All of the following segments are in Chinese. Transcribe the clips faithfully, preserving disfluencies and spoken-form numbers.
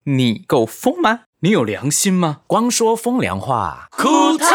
你够疯吗？你有良心吗？ 光说风凉话， 库特。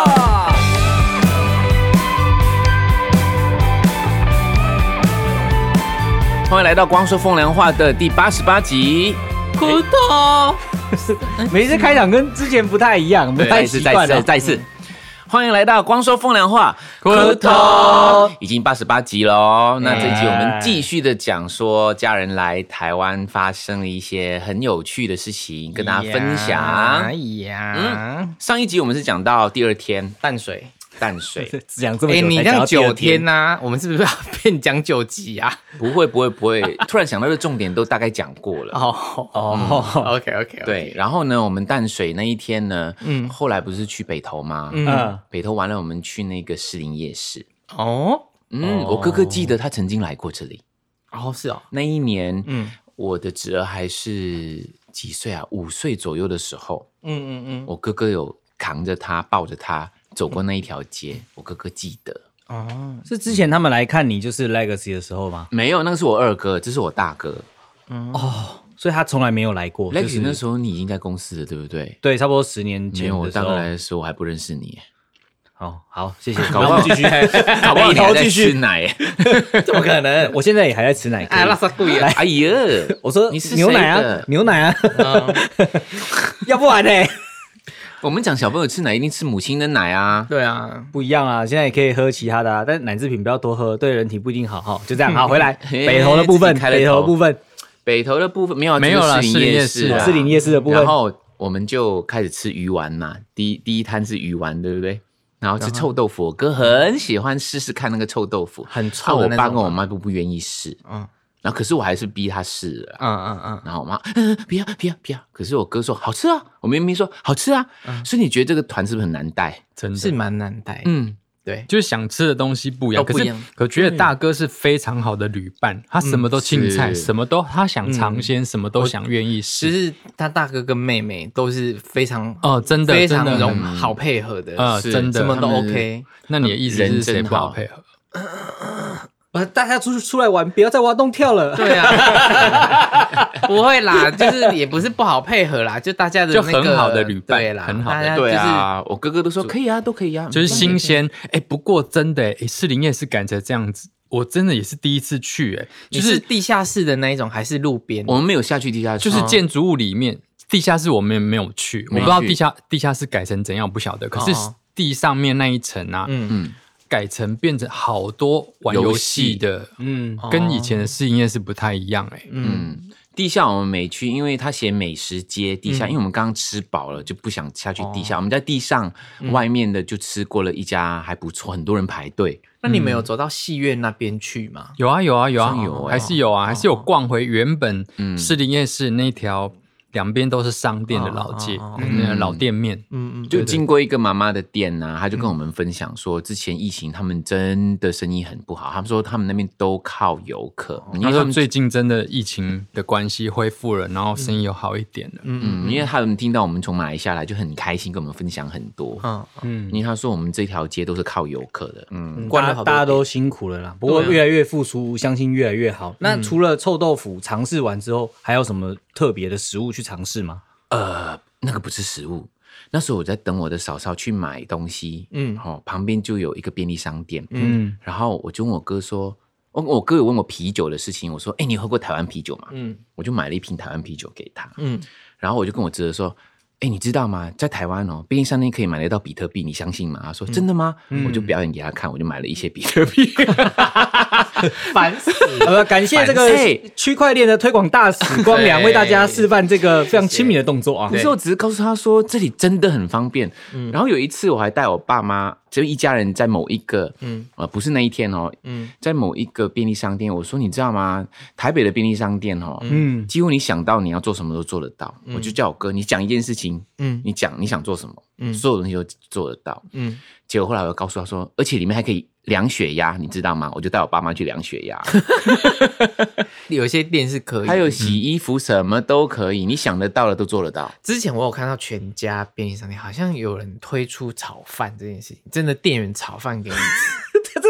欢迎来到光说风凉话的第八十八集， 库特。 每次开场跟之前不太一样，不太习惯了。 再一次，欢迎来到光说风凉话， 库特。 已经八十八集了。那这一集我们继续的讲说，家人来台湾发生了一些很有趣的事情，跟大家分享。 哎呀， 嗯，上一集我们是讲到第二天淡水。 淡水讲这么久， 哎、欸，你这样九天呐、啊，我们是不是要变讲九集啊？ 不会不会不会，突然想到的重点都大概讲过了。 哦哦、嗯、，OK OK， 对。然后呢，我们淡水那一天呢，嗯，后来不是去北投吗？嗯，北投完了，我们去那个士林夜市。 哦， 嗯，我哥哥记得他曾经来过这里。 哦，是哦， 那一年，嗯，我的侄儿还是几岁啊？五岁左右的时候，嗯嗯嗯，我哥哥有扛着他，抱着他。走过那一条街，我哥哥记得哦，是之前他们来看你就是 Legacy 的时候吗？ 没有，那个是我二哥，这是我大哥。 嗯、哦，所以他从来没有来过。 Legacy、 就是、 那时候你已经在公司了，对不对？ 对，差不多十年前的时候。 没有，我大哥来的时候我还不认识你。 好好，谢谢。 搞不好继续，搞不好你还在吃奶， 怎么可能？ 我现在也还在吃奶。 哎，那啥贵啊！ 哎呀， 我说你是牛奶啊，牛奶啊，嗯、要不然呢？ 我们讲小朋友吃奶一定吃母亲的奶啊， 对啊， 不一样啊，现在也可以喝其他的啊，但奶制品不要多喝，对人体不一定好哈。就这样，好，回来北投的部分，北投的部分， 北投的部分没有没有了， 士林夜市， 士林夜市的部分， 然后我们就开始吃鱼丸嘛，第一第一摊是鱼丸，对不对？然后吃臭豆腐，我哥很喜欢试试看那个臭豆腐， 很臭的那种。 我爸跟我妈都不愿意试，嗯。然后可是我还是逼他试了，嗯嗯嗯，然后我妈，嗯，不要不要不要，可是我哥说好吃啊，我明明说好吃啊，嗯、所以你觉得这个团是不是很难带？ 真的是蛮难带， 嗯， 对， 就是想吃的东西不一样， 不一样。 可是我觉得大哥是非常好的旅伴，他什么都青菜，嗯、什么都他想尝鲜，嗯、什么都想愿意试。 其实他大哥跟妹妹都是非常哦，真的非常融好配合的， 呃，真的什么都 OK。 那你的意思是谁不好配合？ 大家出出来玩，不要再挖洞跳了。 对啊，不会啦，就是也不是不好配合啦，就大家的那个就很好的旅伴， 对啦， 很好的， 对啊。我哥哥都说可以啊，都可以啊， 就是新鲜。哎，不过真的，哎，士林夜市改成这样子，我真的也是第一次去，哎， 就是地下室的那一种，还是路边？ 我们没有下去地下室， 就是建筑物里面，地下室我们没有去，我不知道地下地下室改成怎样，不晓得。可是地上面那一层啊，嗯嗯。改成变成好多玩游戏的，嗯，跟以前的士林夜市不太一样哎、欸， 嗯，地下我们没去，因为他写美食街地下，嗯、因为我们刚刚吃饱了就不想下去地下，哦、我们在地上、嗯、外面的就吃过了一家还不错，很多人排队。 那你们有走到戏院那边去吗？ 有啊有啊有啊有、欸， 还是有啊，哦、还是有逛回原本士林夜市那条。两边都是商店的老街，哦哦哦那个老店面， 嗯嗯，就经过一个妈妈的店啊，她就跟我们分享说，之前疫情他们真的生意很不好，他们说他们那边都靠游客， 因为他们最近真的疫情的关系恢复了，然后生意又好一点了， 嗯嗯，因为他们听到我们从马来西亚来就很开心，跟我们分享很多，嗯嗯，因为他说我们这条街都是靠游客的， 嗯，大家大家都辛苦了啦，不过越来越复苏，相信越来越好。那除了臭豆腐尝试完之后，还有什么特别的食物去尝试吗？ 呃，那个不是食物。那时候我在等我的嫂嫂去买东西，嗯，哦，旁边就有一个便利商店，嗯，然后我就问我哥说，我我哥有问我啤酒的事情，我说，哎、欸，你喝过台湾啤酒吗？嗯，我就买了一瓶台湾啤酒给他，嗯，然后我就跟我侄儿说，哎、欸，你知道吗？在台湾哦，便利商店可以买得到比特币，你相信吗？他说、嗯、真的吗？嗯、我就表演给他看，我就买了一些比特币。 烦死！ 呃，感谢这个区块链的推广大使光良为大家示范这个非常亲民的动作啊。 可是我只是告诉他说这里真的很方便。嗯、然后有一次我还带我爸妈，就一家人在某一个，嗯，呃，不是那一天哦，嗯，在某一个便利商店，我说你知道吗？台北的便利商店哦，嗯，几乎你想到你要做什么都做得到。嗯、我就叫我哥，你讲一件事情，嗯，你讲你想做什么，嗯，所有东西都做得到，嗯。结果后来我告诉他说，而且里面还可以量血压，你知道吗？我就带我爸妈去量血压。 有些店是可以， 还有洗衣服什么都可以，你想得到的都做得到。 之前我有看到全家便利商店好像有人推出炒饭这件事情，真的店员炒饭给你吃。 这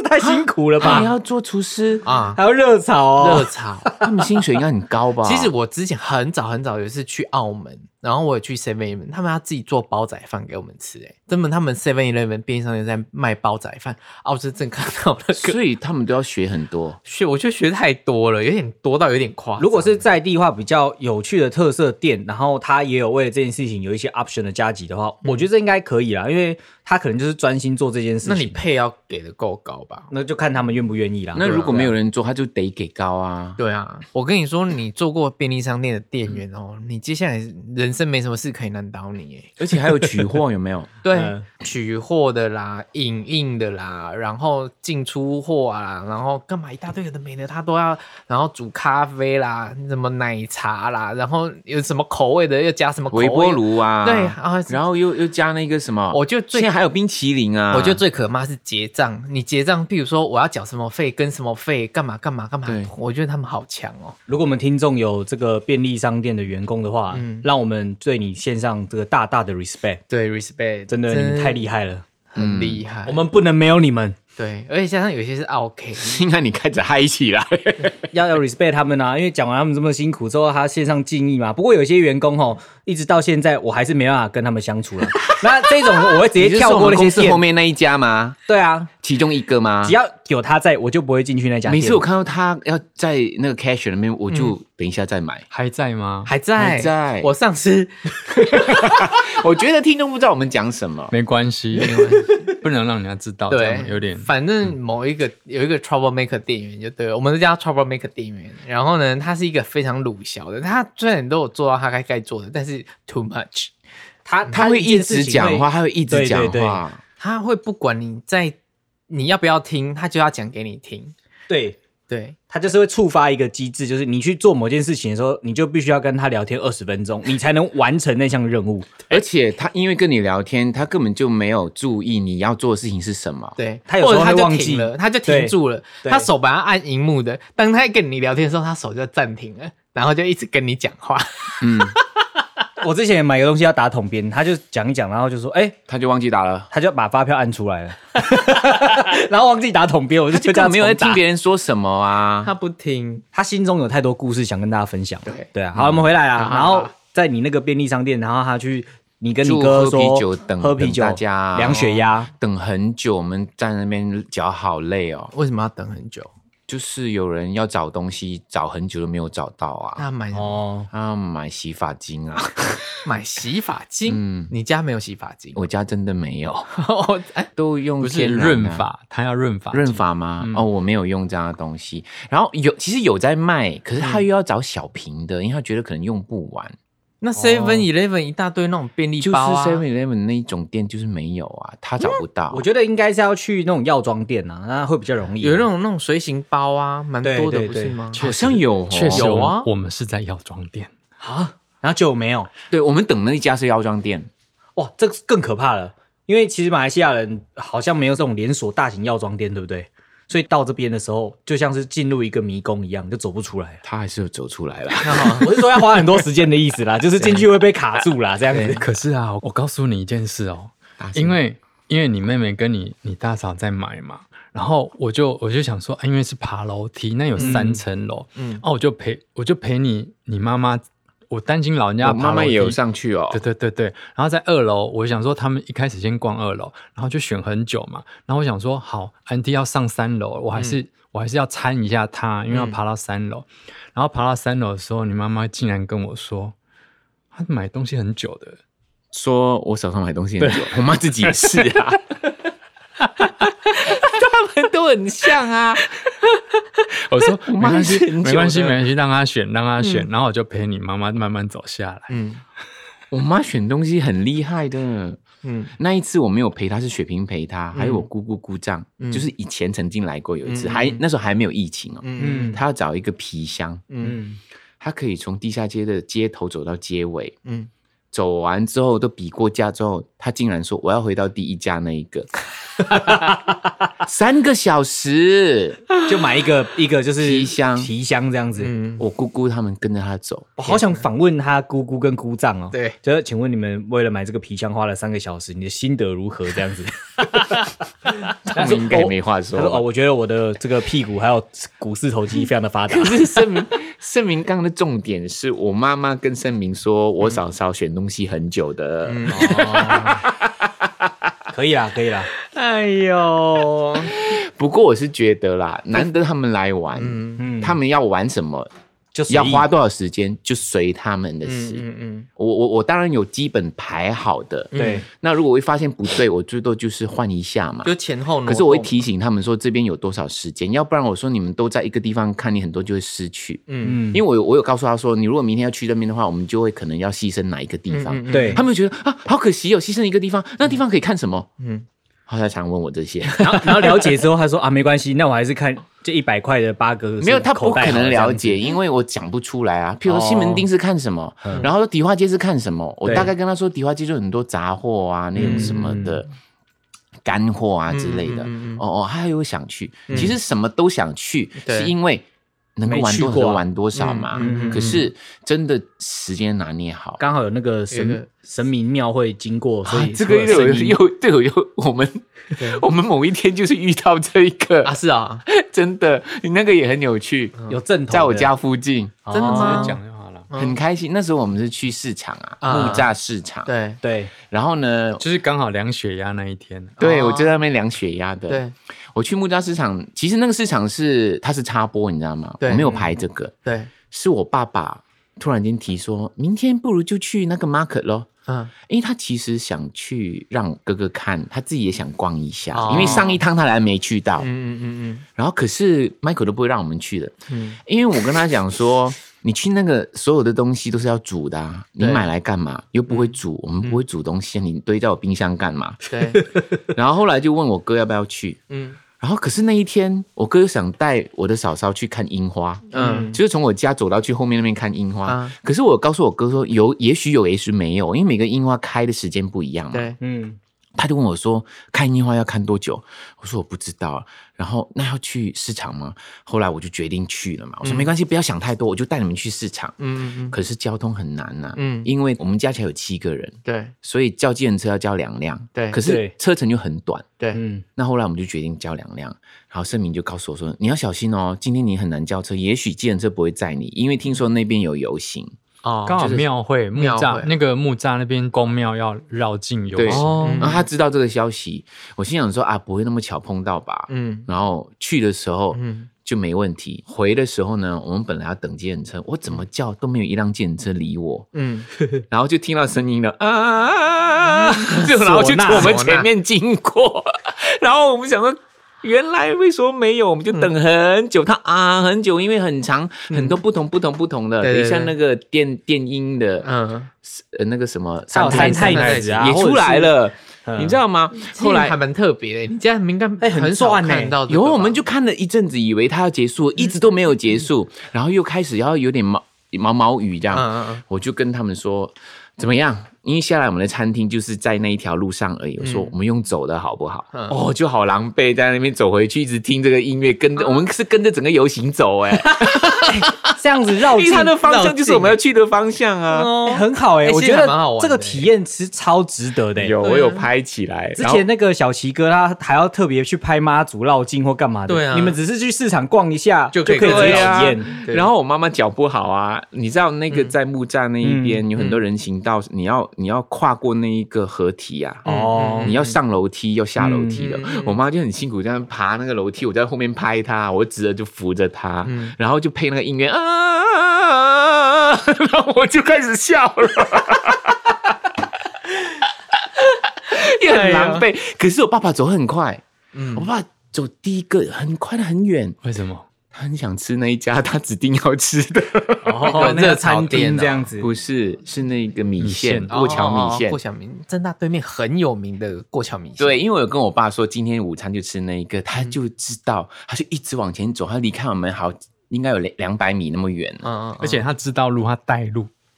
太辛苦了吧？ 还要做厨师啊， 还要热炒哦， 热炒， 他们薪水应该很高吧？ 其实我之前很早很早有一次去澳门，然后我有去 seven eleven， 他们要自己做煲仔饭给我们吃、欸，哎，根本他们 seven eleven 便利商店在卖煲仔饭，啊，我是正看到那个， 所以他们都要学很多， 学我就学太多了，有点多到有点夸张。 如果是在地化比较有趣的特色店，然后他也有为了这件事情有一些 option 的加急的话，嗯、我觉得这应该可以啦，因为他可能就是专心做这件事情。 那你配要给的够高吧？ 那就看他们愿不愿意啦。 那如果没有人做，他就得给高啊。 对啊，我跟你说，你做过便利商店的店员哦，你接下来人生没什么事可以难倒你耶。 而且还有取货有没有？ 对，嗯、取货的啦，影印的啦，然后进出货啊，然后干嘛一大堆有的没的，他都要，然后煮咖啡啦，什么奶茶啦，然后有什么口味的又加什么口味微波炉啊， 对啊， 然后又又加那个什么， 我就最现在还有冰淇淋啊， 我觉得最可怕是结账，你结账，譬如说我要缴什么费跟什么费，干嘛干嘛干嘛，我觉得他们好强哦。 如果我们听众有这个便利商店的员工的话，嗯，让我们对你献上这个大大的 respect， 对 respect， 真的你们太厉害了， 很厉害， 我们不能没有你们。 对，而且加上有些是 OK， 应该你开始嗨起来， 要要 respect 他们啊，因为讲完他们这么辛苦之后，他献上敬意嘛。不过有些员工吼，一直到现在我还是没办法跟他们相处了。那这种我会直接跳过那些店。 公司后面那一家吗？ 对啊， 其中一个吗？ 只要有他在，我就不会进去那家店。 每次我看到他要在那个 cashier 那边，我就等一下再买。 嗯、还在吗？ 还在， 还在。 我上次， 我觉得听众不知道我们讲什么， 没关系，不能让人家知道， 对， 有点。 反正某一个有一个 trouble maker 店员就对了，我们都叫他 trouble maker 店员。然后呢，他是一个非常鲁小的，他虽然都有做到他该该做的，但是 too much。 他他会一直讲话，他会一直讲话， 对对对， 他会不管你在你要不要听，他就要讲给你听。 对对， 他就是会触发一个机制，就是你去做某件事情的时候，你就必须要跟他聊天二十分钟，你才能完成那项任务。 而且他因为跟你聊天，他根本就没有注意你要做的事情是什么。 对， 他有时候会忘记了，他就停住了，他手本来按荧幕的，当他跟你聊天的时候，他手就暂停了，然后就一直跟你讲话。 嗯。 我之前买个东西要打统编，他就讲一讲，然后就说：“哎、欸， 他就忘记打了， 他就把发票按出来了，然后忘记打统编，我就就这样没有在听别人说什么啊， 他不听， 他心中有太多故事想跟大家分享。 对对啊，好，我们回来啦。 嗯、 然后在你那个便利商店，然后他去，你跟你哥说喝啤酒等喝啤酒， 大家量血压， 等很久，我们在那边脚好累哦。 为什么要等很久？ 就是有人要找东西，找很久都没有找到啊。 他买哦， 他买洗发精啊， 买洗发精。嗯，你家没有洗发精？ 我家真的没有，都用不是润发，他要润发， 润发吗？嗯、哦，我没有用这样的东西。然后有，其实有在卖，可是他又要找小瓶的，嗯、因为他觉得可能用不完。 那 seven eleven 一大堆那种便利包啊， 就是 seven eleven 那一种店就是没有啊，他找不到。 嗯、我觉得应该是要去那种药妆店啊，那会比较容易。 有那种那种随行包啊，蛮多的，对对对，不是吗？ 好像有， 确实有啊。 我们是在药妆店啊，然后就没有。 对，我们等那一家是药妆店。 哇，这个更可怕了，因为其实马来西亚人好像没有这种连锁大型药妆店，对不对？所以到这边的时候，就像是进入一个迷宫一样，就走不出来了。 他还是有走出来了， 我是说要花很多时间的意思啦，就是进去会被卡住啦，这样子。 可是啊，我告诉你一件事哦，因为因为你妹妹跟你你大嫂在买嘛，然后我就我就想说，啊、因为是爬楼梯，那有三层楼，嗯，哦、啊，我就陪我就陪你你妈妈。我担心老人家爬楼梯， 我妈妈也有上去哦。 对对对对，然后在二楼，我想说他们一开始先逛二楼，然后就选很久嘛。然后我想说，好，安迪要上三楼，我还是、嗯、我还是要搀一下她，因为要爬到三楼。嗯、然后爬到三楼的时候，你妈妈竟然跟我说，她买东西很久的， 说我手上买东西很久，我妈自己也是啊。他们都很像啊。 我说没关系，没关系，没关系，让他选，让他选，嗯、然后我就陪你妈妈慢慢走下来。 嗯，我妈选东西很厉害的。嗯，那一次我没有陪她，是雪萍陪她，还有我姑姑姑丈，嗯、就是以前曾经来过有一次，嗯、还那时候还没有疫情哦。嗯，她要找一个皮箱，嗯，她可以从地下街的街头走到街尾，嗯，走完之后都比过价之后，她竟然说我要回到第一家那一个。 三个小时就买一个一个就是提箱提箱这样子。 嗯，我姑姑他们跟着他走， 我好想访问他姑姑跟姑丈哦。 对， 就是请问你们为了买这个皮箱花了三个小时，你的心得如何？这样子， 他们应该没话说。 他说哦，我觉得我的这个屁股还有股四头肌非常的发达。 可是盛明盛明刚的重点是我妈妈跟盛明说，我嫂嫂选东西很久的。嗯哦可以啦，可以啦。 哎呦， 不过我是觉得啦，难得他们来玩，嗯、他们要玩什么， 就要花多少时间，就随他们的事。嗯嗯，我我我当然有基本排好的， 对。 那如果我会发现不对，我最多就是换一下嘛， 就前后挪动。 可是我会提醒他们说这边有多少时间，要不然我说你们都在一个地方看，你很多就会失去。嗯，因为我有我有告诉他说，你如果明天要去那边的话，我们就会可能要牺牲哪一个地方。嗯嗯嗯对， 他们就觉得啊，好可惜哦，牺牲一个地方，那地方可以看什么？嗯。他才常问我这些， 然后然后了解之后，他说啊，没关系，那我还是看这一百块的八个。 没有，他不可能了解，因为我讲不出来啊。譬如说西门町是看什么，哦、然后迪化街是看什么，我大概跟他说，迪化街就很多杂货啊，那种什么的干货啊之类的。嗯嗯嗯、哦哦，他还有想去，嗯、其实什么都想去，是因为能够玩多少玩多少嘛。嗯嗯嗯、可是真的时间拿捏好， 刚好有那个神神明庙会经过，所以、 啊、这个又又这个又我们我们某一天就是遇到这一个啊，是啊， 真的，你那个也很有趣， 有正头在我家附近， 哦、 真的吗？ 讲就好了， 很开心。那时候我们是去市场啊，啊木栅市场， 对对， 然后呢， 就是刚好量血压那一天， 对、哦、我就在那边量血压的， 对。 我去木栅市场，其实那个市场是它是插播，你知道吗？我没有排这个， 对， 是我爸爸突然间提说，明天不如就去那个 market 咯。嗯，因为他其实想去让哥哥看，他自己也想逛一下，哦、因为上一趟他还没去到，嗯嗯嗯嗯，然后可是 Michael 都不会让我们去的，嗯，因为我跟他讲说，你去那个所有的东西都是要煮的、啊，你买来干嘛？又不会煮，我们不会煮东西，你堆在我冰箱干嘛？ 对， 然后后来就问我哥要不要去，嗯。然后可是那一天，我哥想带我的嫂嫂去看樱花，嗯，就是从我家走到去后面那边看樱花。嗯、可是我告诉我哥说，有也许有，也许没有，因为每个樱花开的时间不一样嘛。 对， 嗯。他就问我说：“看樱花要看多久？”我说：“我不知道。”然后那要去市场吗？后来我就决定去了嘛。我说：“没关系，不要想太多，我就带你们去市场。”嗯嗯。可是交通很难呐、啊，嗯，因为我们加起来有七个人， 对， 所以叫计程车要叫两辆， 对。 可是车程又很短， 对， 嗯。那后来我们就决定叫两辆，然后盛明就告诉我说：“你要小心哦，今天你很难叫车，也许计程车不会载你，因为听说那边有游行。” 哦，刚好庙会木栅那个木栅那边公庙要绕境游行， 哦，然后他知道这个消息，我心想说啊，不会那么巧碰到吧？嗯，然后去的时候嗯就没问题，回的时候呢，我们本来要等计程车，我怎么叫都没有一辆计程车理我，嗯，然后就听到声音了啊，就然后就从我们前面经过，然后我们想说。原来为什么没有？我们就等很久，嗯、他啊很久，因为很长，嗯、很多不同不同不同的，对对对，像那个电电音的，嗯，呃那个什么三太太子啊也出来了，你知道吗？后来还蛮特别的，你这样应该很少看到、 这個。有，我们就看了一阵子，以为他要结束，一直都没有结束，嗯、然后又开始要有点毛毛毛雨这样，嗯嗯嗯我就跟他们说怎么样？因为下来我们的餐厅就是在那一条路上而已，我说我们用走的好不好？嗯、哦，就好狼狈，在那边走回去，一直听这个音乐，跟着、嗯、我们是跟着整个游行走、欸，哎， 这样子绕境， 因为它的方向就是我们要去的方向啊， 欸、很好哎、欸，我觉得这个体验是超值得的、欸。 有，我有拍起来。 之前那个小齐哥他还要特别去拍妈祖绕境或干嘛的， 对啊， 你们只是去市场逛一下就可以直接体验。 啊、然后我妈妈脚不好啊，你知道那个在木栅那一边、嗯、有很多人行道，嗯、你要你要跨过那一个河堤啊，哦，你要上楼梯要下楼梯的，嗯、我妈就很辛苦这样爬那个楼梯，我在后面拍她，我指着就扶着她，嗯、然后就配那个音乐啊，然后我就开始笑了，也很狼狈。可是我爸爸走很快，嗯、我爸爸走第一个很快的很远， 为什么？ 他很想吃那一家他指定要吃的哦，那个餐厅这样子， 不是，是那个米线，过桥米线， 过桥米，政大对面很有名的过桥米线。 对，因为我有跟我爸说今天午餐就吃那一个，他就知道，他就一直往前走，他离开我们好应该有两百米那么远， 嗯嗯，而且他知道路，他带路。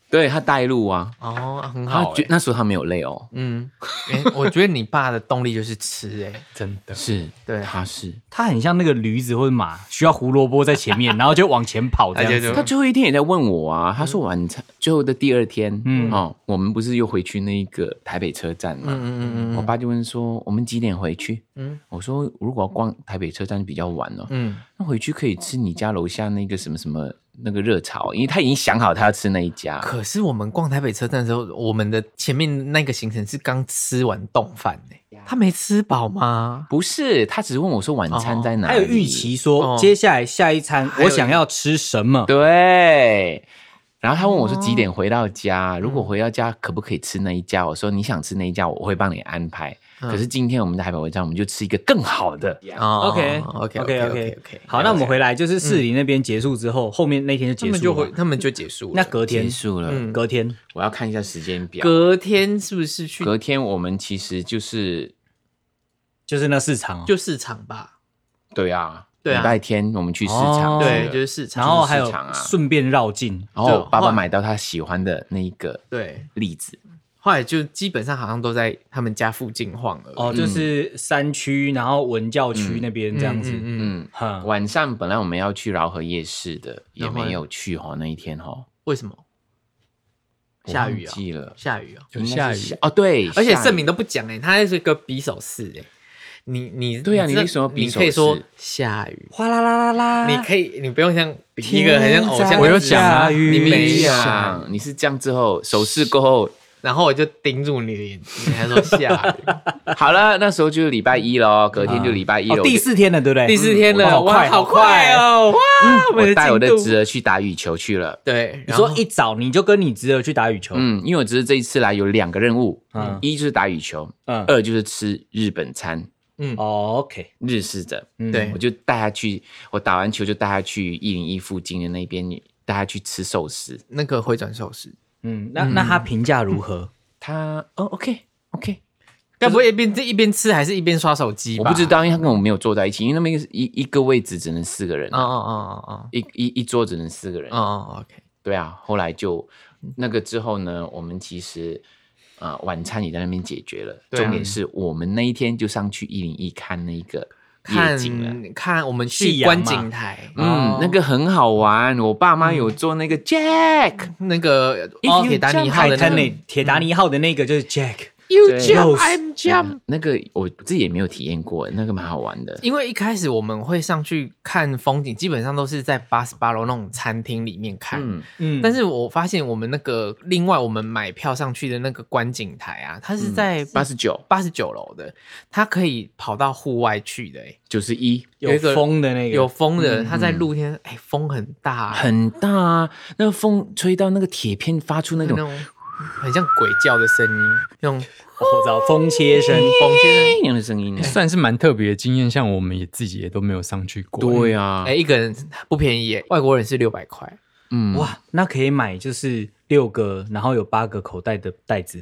对他带路啊， 哦，很好、 欸。那时候他没有累哦。 嗯，欸、我觉得你爸的动力就是吃、欸，哎， 真的是， 对， 他是， 他很像那个驴子或者马，需要胡萝卜在前面，然后就往前跑这样子。 他最后一天也在问我啊，他说晚餐最后的第二天，嗯哦，我们不是又回去那个台北车站嘛？嗯嗯嗯，我爸就问说我们几点回去？嗯，我说如果要逛台北车站比较晚哦，嗯，那回去可以吃你家楼下那个什么什么。那个热炒，因为他已经想好他要吃那一家。 可是我们逛台北车站的时候，我们的前面那个行程是刚吃完冻饭呢，他没吃饱吗？ 不是，他只是问我说晚餐在哪里。 他有预期说、哦、接下来下一餐我想要吃什么。 对。然后他问我说几点回到家、哦、如果回到家可不可以吃那一家，我说你想吃那一家我会帮你安排、嗯、可是今天我们的台北回家我们就吃一个更好的、 哦、OK OK OK OK OK 好，那我们回来就是士林那边结束之后、嗯、后面那天就结束了，他们就会他们就结束了。 那隔天结束了、 嗯、隔天我要看一下时间表。 隔天是不是去？ 隔天我们其实就是就是那市场、哦、 就市场吧。 对啊对啊， 礼拜天我们去市场、 哦、对，就是市场， 然后还有顺便绕境， 然后爸爸买到他喜欢的那一个对栗子， 后来就基本上好像都在他们家附近晃了。 哦，就是山区，然后文教区那边这样子。 嗯，嗯晚上本来我们要去饶河夜市的，也没有去哈那一天哈。 为什么？下雨啊？ 记了， 下雨啊？ 有下雨哦，对， 而且盛明都不讲哎，他是个比手势哎。你你对啊，你为什么比手势？ 你可以说下雨， 哗啦啦啦啦。 你可以，你不用像一个很像偶像。 我有讲啊， 你没讲，你是这样之后手势过后， 然后我就盯住你的眼睛，你还说下雨。 好了，那时候就是礼拜一咯，隔天就礼拜一了、 哦，第四天了，对不对？ 第四天了， 好快， 好快哦！哇， 我带我的侄儿去打羽球去了。 对， 你说一早你就跟你侄儿去打羽球， 嗯，因为我侄儿这一次来有两个任务，嗯，一就是打羽球，嗯，二就是吃日本餐。 嗯哦 ，OK， 日式的， 对， 我就带他去，我打完球就带他去一零一附近的那边，带他去吃寿司， 那个回转寿司。 嗯，那那他评价如何？ 他哦 ，OK OK， 该不会一边一边吃还是一边刷手机吧？ 我不知道，因为他跟我没有坐在一起，因为那边一一个位置只能四个人， 哦哦哦哦， 一一一桌只能四个人， 哦哦 OK， 对啊，后来就那个之后呢，我们其实。呃，晚餐也在那边解决了。啊、重点是我们那一天就上去一零一看那个夜景了， 看, 看我们去观景台， 嗯，哦、那个很好玩。我爸妈有做那个 Jack，、 嗯、那个铁达尼号的那个铁达尼号的那个就是 Jack。You jump, I'm jump、 嗯。那个我自己也没有体验过，那个蛮好玩的。 因为一开始我们会上去看风景，基本上都是在八十八楼那种餐厅里面看。嗯嗯。但是我发现我们那个另外我们买票上去的那个观景台啊，它是在八十九八十九楼的，它可以跑到户外去的、欸。 九十一有风的那个， 有风的，它在露天，哎、欸，风很大、欸， 很大啊！那个风吹到那个铁片，发出那种。 很像鬼叫的声音，那种我知道风切声、 风切声的声音， 算是蛮特别的经验。像我们也自己也都没有上去过。 对啊， 哎、欸，一个人不便宜耶，外国人是六百块。 嗯，哇，那可以买就是六个，然后有八个口袋的袋子。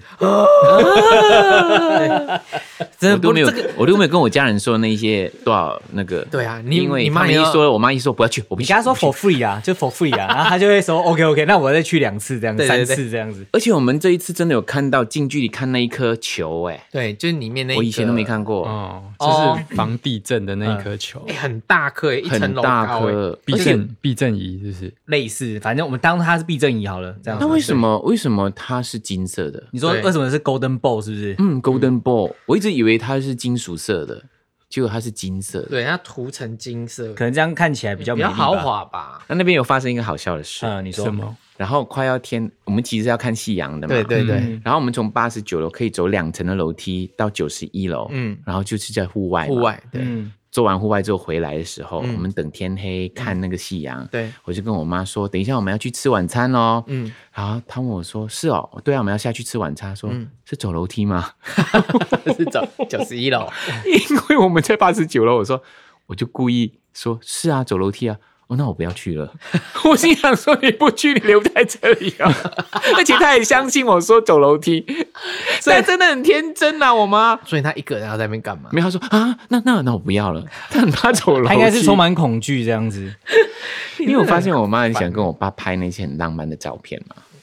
真的都没有，这个、我都没有跟我家人说那些多少那个。 对啊，你因为他们一说，我妈一说不要去，我不去。 你跟他说 for free 啊，就 for free 啊，然后他就会说 OK OK， 那我再去两次这样子，三次这样子。 而且我们这一次真的有看到近距离看那一颗球、欸，哎， 对，就是里面那一个， 我以前都没看过哦，就是防地震的那一颗球， 欸、很大颗、欸，一层楼高、欸， 很大颗， 避震避震仪就是类似，反正我们当它是避震仪好了，这样。 那为什么为什么它是金色的？ 你说为什么是 Golden Ball 是不是？ 嗯 ，Golden Ball，、嗯、我一直以为它是金属色的，结果它是金色的。 对，它涂成金色， 可能这样看起来比较比较豪华吧。 那那边有发生一个好笑的事， 嗯，你说什么？ 然后快要天，我们其实要看夕阳的嘛。 对对对。 嗯、然后我们从八十九楼可以走两层的楼梯到九十一楼，嗯，然后就是在户外。 户外，对。 嗯做完户外之后回来的时候，嗯、我们等天黑看那个夕阳、嗯。对，我就跟我妈说，等一下我们要去吃晚餐哦。嗯，然后她问我说：“是哦，对啊，我们要下去吃晚餐。”说：“嗯、是走楼梯吗？” 是走九十一楼， 因为我们在八十九楼。我说，我就故意说：“是啊，走楼梯啊。”哦，那我不要去了。我心想说，你不去，你留在这里啊！而且他也相信我说走楼梯，所以真的很天真啊，我妈。 所以他一个人要在那边干嘛？ 没有，他说啊，那那那我不要了。他很怕走楼梯， 他应该是充满恐惧这样子。 因为我发现我妈很想跟我爸拍那些很浪漫的照片嘛。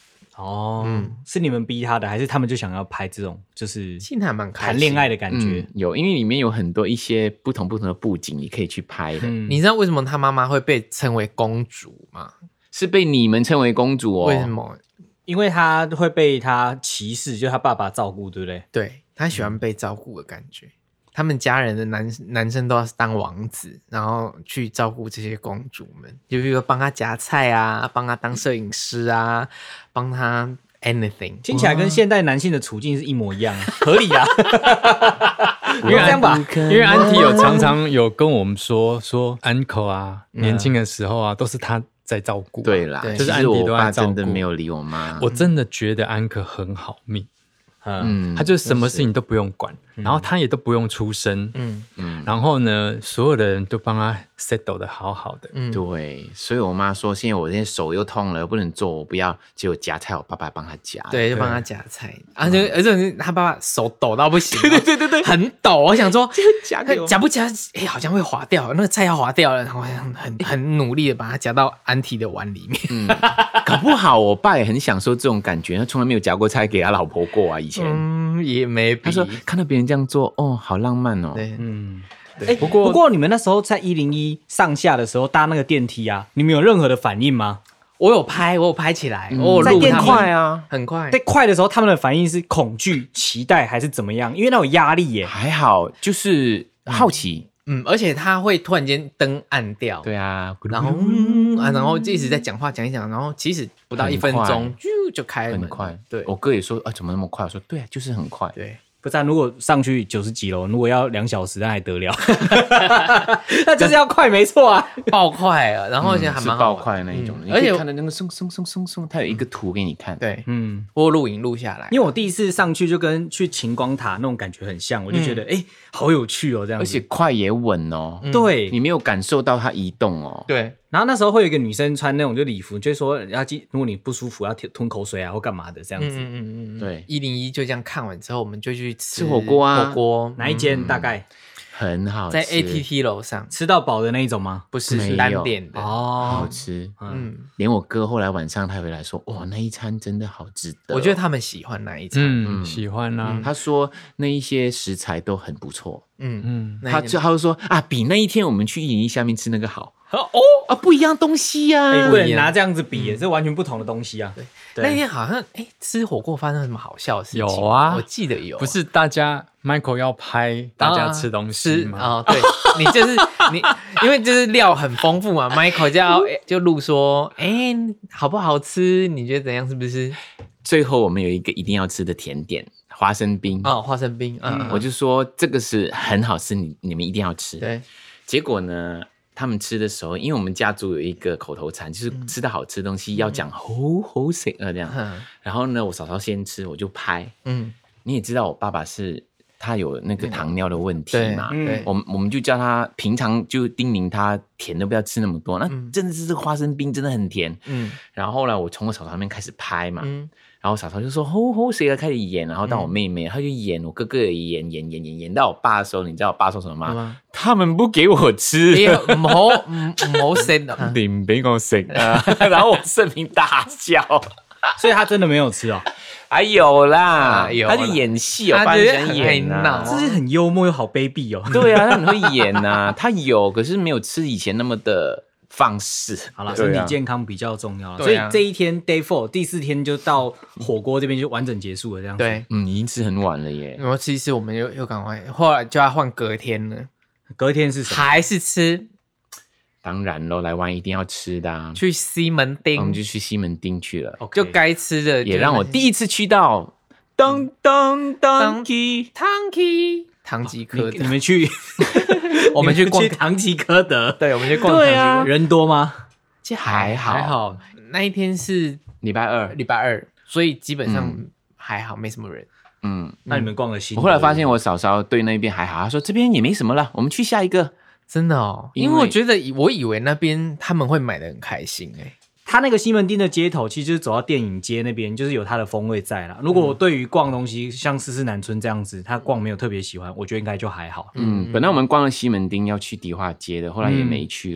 哦，嗯，是你们逼他的，还是他们就想要拍这种就是现在还蛮谈恋爱的感觉、 嗯？有，因为里面有很多一些不同不同的布景，你可以去拍的。 嗯、你知道为什么他妈妈会被称为公主吗？ 是被你们称为公主哦？ 为什么？ 因为他会被他歧视，就是他爸爸照顾，对不对？ 对，他喜欢被照顾的感觉。他们家人的男男生都要当王子，然后去照顾这些公主们，就比如说帮他夹菜啊，帮他当摄影师啊，帮他 anything。 听起来跟现代男性的处境是一模一样，合理啊。 因为这样吧，因为安迪有常常有跟我们说说 uncle 啊，嗯、年轻的时候啊，都是他在照顾、啊。 对啦， 就是安迪都在照顾。 真的没有理我妈。 我真的觉得安可很好命。 嗯， 他就什么事情都不用管，嗯、然后他也都不用出声，嗯嗯，然后呢，所有的人都帮他 settle 的好好的， 嗯，对，所以我妈说，现在我现在手又痛了，不能做，我不要，结果夹菜我爸爸帮他夹， 对，就帮他夹菜，啊，就而且他爸爸手抖到不行，对对对对对，很抖，我想说夹夹不夹，哎，好像会滑掉，那个菜要滑掉了，然后很很努力的把它夹到安提的碗里面， 嗯，搞不好我爸也很享受这种感觉，他从来没有夹过菜给他老婆过啊，以前， 嗯，也没， 他说看到别人这样做，哦，好浪漫哦， 对， 嗯。哎，不过不过你们那时候在一零一上下的时候搭那个电梯啊，你们有任何的反应吗？ 我有拍，我有拍起来， 嗯、 我有录在电快啊， 很快。 在快的时候，他们的反应是恐惧、期待还是怎么样？因为那有压力耶。 还好，就是好奇。 嗯，而且他会突然间灯暗掉， 对啊， 然后嗯啊，然后就一直在讲话讲一讲，然后其实不到一分钟就就开了门， 很快。 对， 我哥也说啊，怎么那么快？我说对啊，就是很快。 对。 不然如果上去九十几楼，如果要两小时，那还得了？那就是要快，没错啊， 爆快啊！然后现在还蛮好爆快那一种的， 而且看的那个松松松松松，它有一个图给你看。 对，嗯，我录影录下来， 因为我第一次上去就跟去晴光塔那种感觉很像，我就觉得哎，好有趣哦，这样子， 而且快也稳哦， 对， 你没有感受到它移动哦， 对。 然后那时候会有一个女生穿那种就礼服，就说要记，如果你不舒服要吞口水啊或干嘛的这样子。 嗯嗯嗯， 对。 一零一就这样看完之后，我们就去吃吃火锅啊， 火锅哪一间？大概很好吃， 在 A T T 楼上吃到饱的那一种吗？ 不是，是单点的哦， 好吃。 嗯， 连我哥后来晚上他回来说，哇，那一餐真的好值得。 我觉得他们喜欢那一餐， 嗯，喜欢啊。 他说那一些食材都很不错。 嗯嗯， 他就他就说啊，比那一天我们去一零一下面吃那个好。哦啊，不一样东西呀、啊， 不能拿这样子比，是完全不同的东西啊。 对，那天好像哎，吃火锅发生什么好笑的事情？ 有啊， 我记得有， 不是大家 Michael 要拍大家吃东西吗？ 啊，对，你就是你，因为就是料很丰富嘛 ，Michael 就要就录说，哎，好不好吃？你觉得怎样？是不是？ 最后我们有一个一定要吃的甜点。花生冰哦，花生冰，嗯， 我就说这个是很好吃，你你们一定要吃。 对， 结果呢，他们吃的时候，因为我们家族有一个口头禅，就是吃到好吃的东西要讲好好食啊这样。嗯、然后呢，我嫂嫂先吃，我就拍。嗯，你也知道我爸爸是他有那个糖尿的问题嘛， 对，对我们我们就叫他平常就叮咛他甜的不要吃那么多。那真的是这个花生冰真的很甜。嗯，然后后来我从我嫂嫂那边开始拍嘛。嗯。然后嫂嫂就说：“吼吼，谁要开始演？”然后到我妹妹，她就演，我哥哥也演，演演演演到我爸的时候，你知道我爸说什么吗？嗯、他们不给我吃， 唔好唔好食啊！ 你唔俾我食啊！然後我盛平大笑， 所以他真的沒有吃哦。 還有啦， 有他就演戲，我爸就想演啊， 這是很幽默又好卑鄙哦。 對啊，他很會演啊，他有，可是沒有吃以前那麼的。放肆好了，身体健康比较重要、啊、 所以这一天 day four 第四天就到火锅这边就完整结束了，这样子。 对， 嗯，已经吃很晚了耶。 然后其实我们又又赶快，后来就要换隔天了。 隔天是什么？ 还是吃？ 当然咯，来玩一定要吃的、啊。 去西门町， 我们就去西门町去了， okay. 就该吃的， 也让我第一次去到当当当基唐吉唐吉诃德。 你们去。 我们去逛唐吉诃德， 对，我们去逛。 对啊， 人多吗？ 其实还好， 还好。 那一天是礼拜二， 礼拜二，所以基本上还好，没什么人。 嗯， 那你们逛了新？ 我后来发现我嫂嫂对那边还好，她说这边也没什么了，我们去下一个。 真的哦，因为, 因为我觉得我以为那边他们会买得很开心哎、欸。 他那个西门町的街头，其实就是走到电影街那边，就是有它的风味在啦。如果我对于逛东西，像思思南村这样子，他逛没有特别喜欢，我觉得应该就还好。 嗯，本来我们逛了西门町要去迪化街的，后来也没去了。嗯、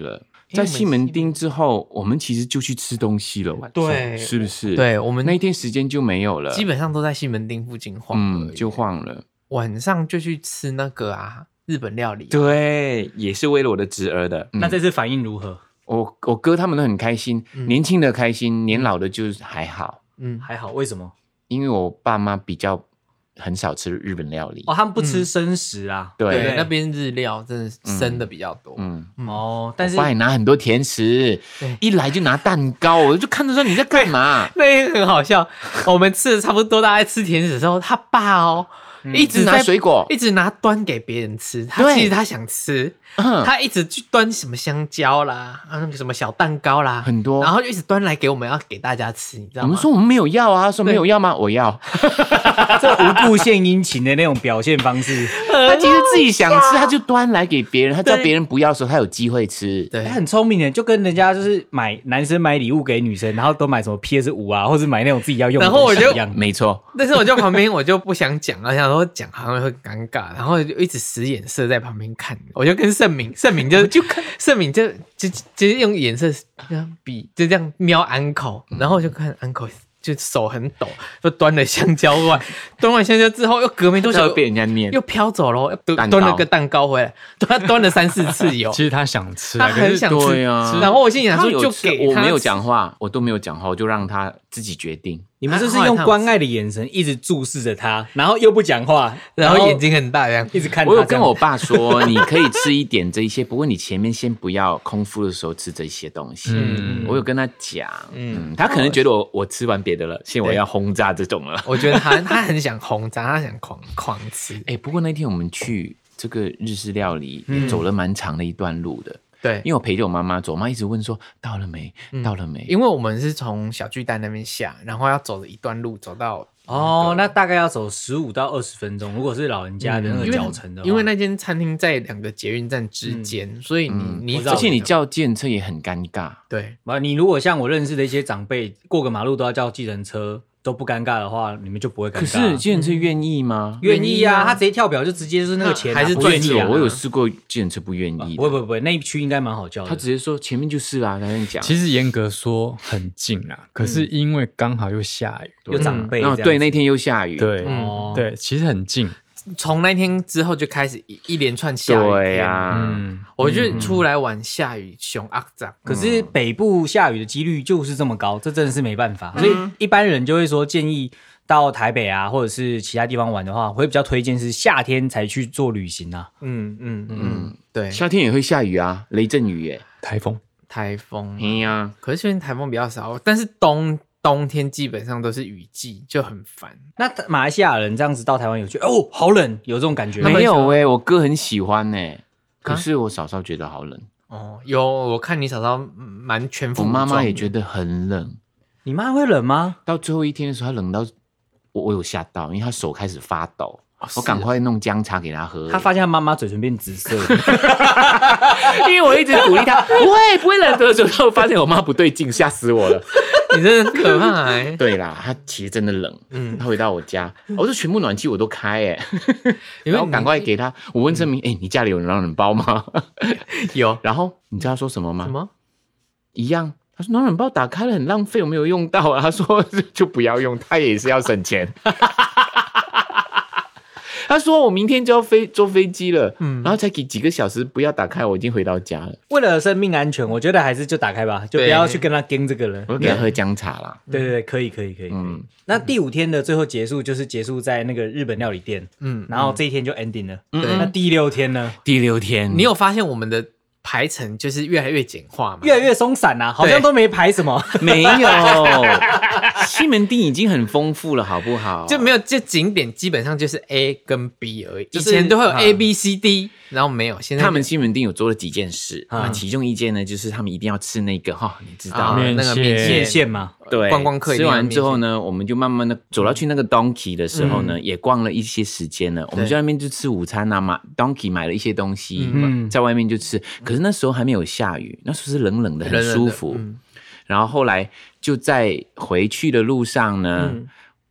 在西门町之后，我们其实就去吃东西了， 对， 是不是？ 对，我们那一天时间就没有了， 基本上都在西门町附近晃， 嗯，就晃了。 晚上就去吃那个啊，日本料理、啊， 对，也是为了我的侄儿的。 嗯、那这次反应如何？ 我我哥他们都很开心，嗯、年轻的开心，年老的就还好。 嗯，还好，为什么？ 因为我爸妈比较很少吃日本料理， 哦，他们不吃生食啊。 嗯、对, 对，那边日料真的生的比较多。 嗯， 嗯哦，但是我爸也拿很多甜食，一来就拿蛋糕，我就看着说你在干嘛？ 那也很好笑。我们吃的差不多，大概吃甜食的时候，他爸哦。嗯、一直拿水果， 一直拿端给别人吃。他其实他想吃，嗯、他一直去端什么香蕉啦，啊那个什么小蛋糕啦， 很多， 然后就一直端来给我们，要给大家吃，你知道吗？ 我们说我们没有要啊，他说没有要吗？我要。 这无故献殷勤的那种表现方式， 他其实自己想吃，他就端来给别人，他知道别人不要的时候，他有机会吃。 对，他很聪明的，就跟人家就是买男生买礼物给女生，然后都买什么 P S 五 啊，或者买那种自己要用的东西一样。 没错。 但是我就旁边我就不想讲了，想说讲好像会尴尬，然后就一直使眼色在旁边看。我就跟盛敏，盛敏就就看盛敏就就就用眼色这样比，就这样瞄安口，然后我就看安口。就手很抖，就端了香蕉过来，端完香蕉之后，又隔没多久被人家念， 又飘走了，又端了个蛋糕回来，他端了三四次有。 其实他想吃， 他很想吃啊。 然后我心想说，就给他，我没有讲话，我都没有讲话，我就让他自己决定。 你们就是用关爱的眼神一直注视着他，然后又不讲话， 然后眼睛很大这样一直看他。 我有跟我爸说，你可以吃一点这一些，不过你前面先不要空腹的时候吃这些东西。嗯，我有跟他讲，嗯，他可能觉得我我吃完别的了，现在我要轰炸这种了。 我觉得他他很想轰炸，他想狂狂吃。 哎、欸，不过那天我们去这个日式料理，也走了蛮长的一段路的。 对， 因为我陪着我妈妈走，我妈一直问说到了没，到了没？ 因为我们是从小巨蛋那边下，然后要走了一段路，走到哦，那大概要走十五到二十分钟。如果是老人家的那个脚程的话， 因为那间餐厅在两个捷运站之间，嗯、所以你、嗯、你而且你叫计程车也很尴尬。 对， 你如果像我认识的一些长辈，过个马路都要叫计程车。都不尴尬的话，你们就不会尴尬。 可是计程车愿意吗？ 愿意啊，他直接跳表就直接就是那个钱、啊， 还是不愿意啊。 我有试过计程车不愿意， 不不不，那一区应该蛮好叫的。 他直接说前面就是啦，他跟你讲。 其实严格说很近啦，可是因为刚好又下雨， 有长辈， 然后对那天又下雨， 对、嗯、对，其实很近。 从那天之后就开始一一连串下雨天， 对呀、啊， 嗯，我觉得出来玩下雨熊阿杂， 可是北部下雨的几率就是这么高，这真的是没办法，所以一般人就会说建议到台北啊，或者是其他地方玩的话，会比较推荐是夏天才去做旅行啊。 嗯嗯嗯，对， 夏天也会下雨啊，雷阵雨耶， 台风， 台风， 哎呀、啊， 可是最近台风比较少，但是冬。冬天基本上都是雨季，就很烦。 那马来西亚人这样子到台湾有觉得哦好冷，有这种感觉吗？ 没有哎、欸，我哥很喜欢哎、欸，可是我嫂嫂觉得好冷。 哦，有我看你嫂嫂蛮全副武装的， 我妈妈也觉得很冷。 你妈会冷吗？ 到最后一天的时候，她冷到我，我有吓到，因为她手开始发抖。哦、我赶快弄姜茶给她喝。 她发现她妈妈嘴唇变紫色， 因为我一直鼓励她，不会不会冷的时候，发现我妈不对劲，吓死我了。 你真的很可怕哎、欸！ 对啦，她其实真的冷。嗯，她回到我家，我说全部暖气我都开哎、欸，然后赶快给她。我问郑明，哎、欸，你家里有暖暖包吗？ 有。 然后你知道她说什么吗？ 什么？ 一样。他说暖暖包打开了很浪费，我没有用到啊。他说就不要用，他也是要省钱。他说我明天就要飞坐飞机了，嗯，然后才给几个小时，不要打开，我已经回到家了。 为了生命安全，我觉得还是就打开吧，就不要去跟他盯这个了。 我给他喝姜茶啦。 对对对，可以可以可以。嗯，那第五天的最后结束就是结束在那个日本料理店，嗯，然后这一天就 ending 了。对、嗯，那第六天呢？ 第六天， 你有发现我们的排程就是越来越简化嘛， 越来越松散啊，好像都没排什么。 没有，西门町已经很丰富了，好不好？ 就没有，这景点基本上就是 A 跟 B 而已。就是、以前都会有 A、B、C、D，、嗯、然后没有。现在他们西门町有做了几件事啊、嗯，其中一件呢，就是他们一定要吃那个哈、哦，你知道、 啊、 那个面线线吗？ 对， 观光客吃完之后呢，我们就慢慢的走到去那个 Donkey 的时候呢，嗯、也逛了一些时间了。我们在那边就吃午餐啊嘛 ，Donkey 买了一些东西，嗯、在外面就吃。可是那时候还没有下雨，那时候是冷冷的，很舒服。冷冷嗯、然后后来就在回去的路上呢，嗯、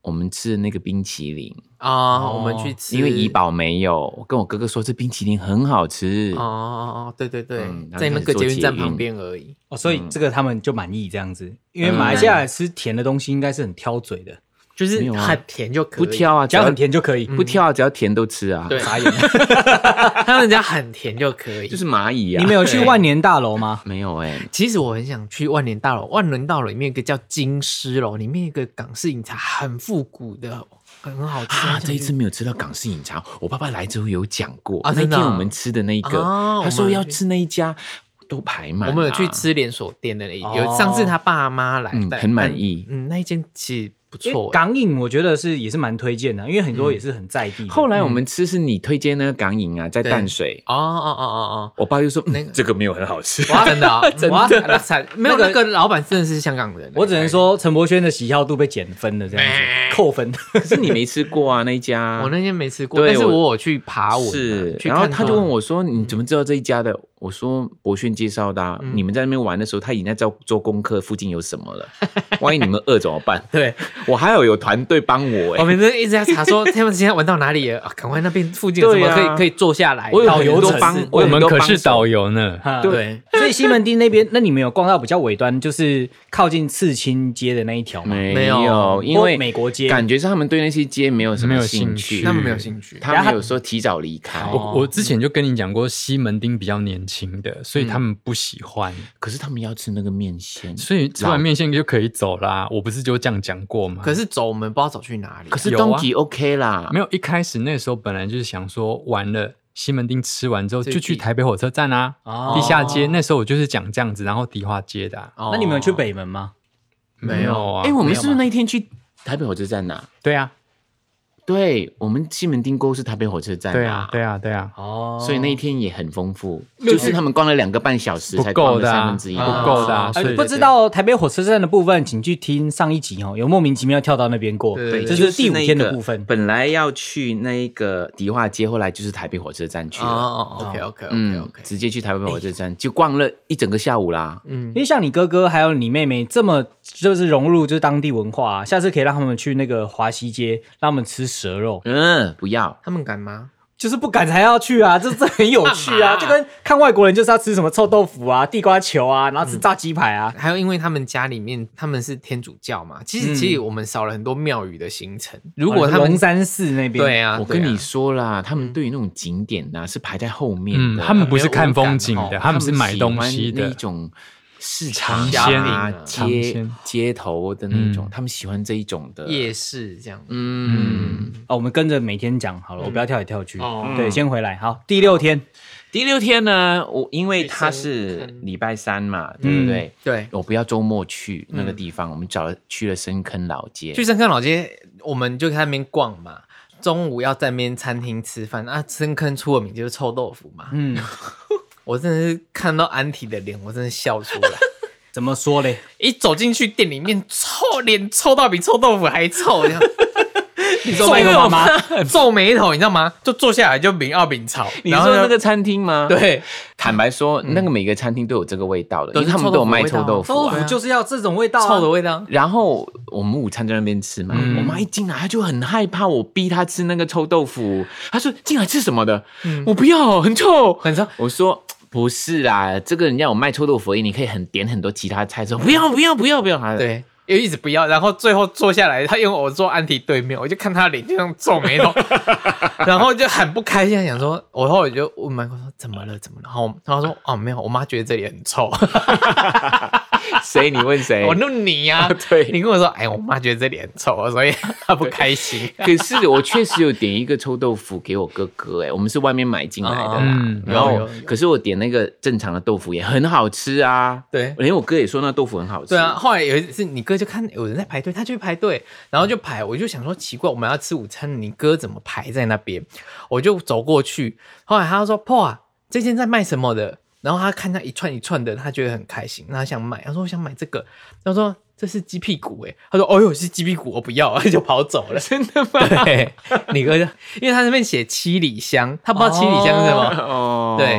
我们吃的那个冰淇淋啊、哦，我们去吃， 因为怡宝没有，我跟我哥哥说这冰淇淋很好吃。 哦哦哦，对对对， 嗯、 在那个捷运站旁边而已。 哦，所以这个他们就满意这样子，因为马来西亚人吃甜的东西应该是很挑嘴的。 就是很甜就可以， 不挑啊， 只要很甜就可以， 不挑啊，只要甜都吃啊。 对，傻眼。他们家很甜就可以， 就是蚂蚁啊。 你们有去万年大楼吗？ 没有哎、 欸。其实我很想去万年大楼，万年大楼里面有一个叫金狮楼，里面有一个港式饮茶，很复古的，很好吃啊。这一次没有吃到港式饮茶，我爸爸来之后有讲过， 啊、 那天我们吃的那个，啊、他说要吃那一家。都排满、啊， 我们有去吃连锁店的那一、哦、有上次他爸妈来、 嗯，很满意。 嗯，那一间其实不错。 港饮我觉得是也是蛮推荐的，因为很多也是很在地的、 嗯。后来我们吃是你推荐那个港饮啊，在淡水。 哦哦哦哦哦， 我爸就说、嗯、 那个这个没有很好吃。 哇，真的啊、哦， 真的没有那个老板真的是香港人。 我只能说陈柏轩的喜好度被减分了，这样子扣分。 可是你没吃过啊那一家？ 我那天没吃过，但是我有去爬文。 是，然后他就问我说：“你怎么知道这一家的？”我说博轩介绍的、啊嗯，你们在那边玩的时候，他已经在做做功课，附近有什么了？万一你们饿怎么办？ 对我还有有团队帮我哎、欸， 我们一直在查说他们今天玩到哪里了，赶、啊、快那边附近有什么可以、啊、可以坐下来。 我有很多帮， 我们可是导游呢。 对，所以西门町那边，那你们有逛到比较尾端，就是靠近刺青街的那一条吗？ 没有，因为美国街感觉是他们对那些街没有什么兴趣， 他们没有兴趣， 他们有时候提早离开。 我我之前就跟你讲过，西门町比较年轻的，所以他们不喜欢。嗯、 可是他们要吃那个面线， 所以吃完面线就可以走啦。我不是就这样讲过吗？ 可是走我们不知道走去哪里。 可是东极 OK 啦， 没有一开始那时候本来就是想说完了。西门町吃完之后就去台北火车站啊，哦、地下街。那时候我就是讲这样子，然后迪化街的、啊哦。那你们有去北门吗？ 没有啊。 哎、欸，我们是不是那一天去台北火车站啊？ 对啊， 对，我们西门町沟是台北火车站、啊。 对啊，对啊，对啊。 哦，所以那一天也很丰富，就是他们逛了两个半小时才逛了三分之一， 不够的、啊。 所以不知道台北火车站的部分，请去听上一集哦，有莫名其妙跳到那边过。 对， 这就是第五天的部分。 就是、本来要去那个迪化街，后来就是台北火车站去了。 哦 ，OK OK OK OK，、 嗯、直接去台北火车站、欸、就逛了一整个下午啦。 嗯，因为像你哥哥还有你妹妹这么就是融入就是当地文化、啊，下次可以让他们去那个华西街，让他们吃蛇肉。 嗯。嗯，不要， 他们敢吗？ 就是不敢才要去啊，这这很有趣啊，就跟看外国人就是要吃什么臭豆腐啊、地瓜球啊，然后吃炸鸡排啊、 嗯。还有，因为他们家里面他们是天主教嘛，其实、嗯、其实我们少了很多庙宇的行程。如果他们龙山寺那边， 对啊， 我跟你说啦，他们对于那种景点呐、啊、是排在后面的、 嗯，他们不是看风景的，他们是买东西的那种。市场啊，街街头的那种、嗯，他们喜欢这一种的夜市这样。 嗯，哦，我们跟着每天讲好了，我不要跳来跳去。哦，对，先回来。好，第六天， 第六天呢，我因为它是礼拜三嘛，对不对？ 嗯、对， 我不要周末去那个地方，嗯、我们找了去了深坑老街。 去深坑老街，我们就在那边逛嘛。中午要在那边餐厅吃饭啊，深坑出了名就是臭豆腐嘛。嗯。我真的是看到安提的脸，我真的笑出来。 怎么说嘞？ 一走进去店里面，臭脸臭到比臭豆腐还臭，这样。 你说麦克妈妈皱眉头，你知道吗？就坐下来就抿要抿草。 你说那个餐厅吗？ 对， 坦白说，嗯、那个每个餐厅都有这个味道的，因为他们都有卖臭豆腐、啊， 臭豆腐就是要这种味道、啊， 臭的味道。 然后我们午餐在那边吃嘛，嗯、我妈一进来，她就很害怕我逼她吃那个臭豆腐，她说进来吃什么的？嗯、我不要，很臭， 很臭。 我说。不是啦，这个人家有卖臭豆腐而已，你可以很点很多其他菜，说不要不要不要不要， 对，又一直不要，然后最后坐下来，他因为我坐安提对面，我就看他脸就像皱眉头，然后就很不开心，想说，我后来就问麦克说怎么了怎么了，然后他说哦没有，我妈觉得这里很臭。 谁？你问谁？ 我问你呀、啊。 对， 你跟我说，哎，我妈觉得这里很臭，所以她不开心。 可是我确实有点一个臭豆腐给我哥哥，哎，我们是外面买进来的啦。嗯、然后，可是我点那个正常的豆腐也很好吃啊。 对， 连我哥也说那豆腐很好吃。 对啊，后来有一次你哥就看有人在排队，他就去排队，然后就排，我就想说奇怪，我们要吃午餐，你哥怎么排在那边？我就走过去，后来他就说：“破啊，这间在卖什么的？”然后他看他一串一串的，他觉得很开心，他想买。他说：“我想买这个。”他说：“这是鸡屁股。”哎，他说：“哦呦，是鸡屁股，我不要。”就跑走了。 真的吗？ 对，你哥就因为他那边写七里香，他不知道七里香是什么。哦，对。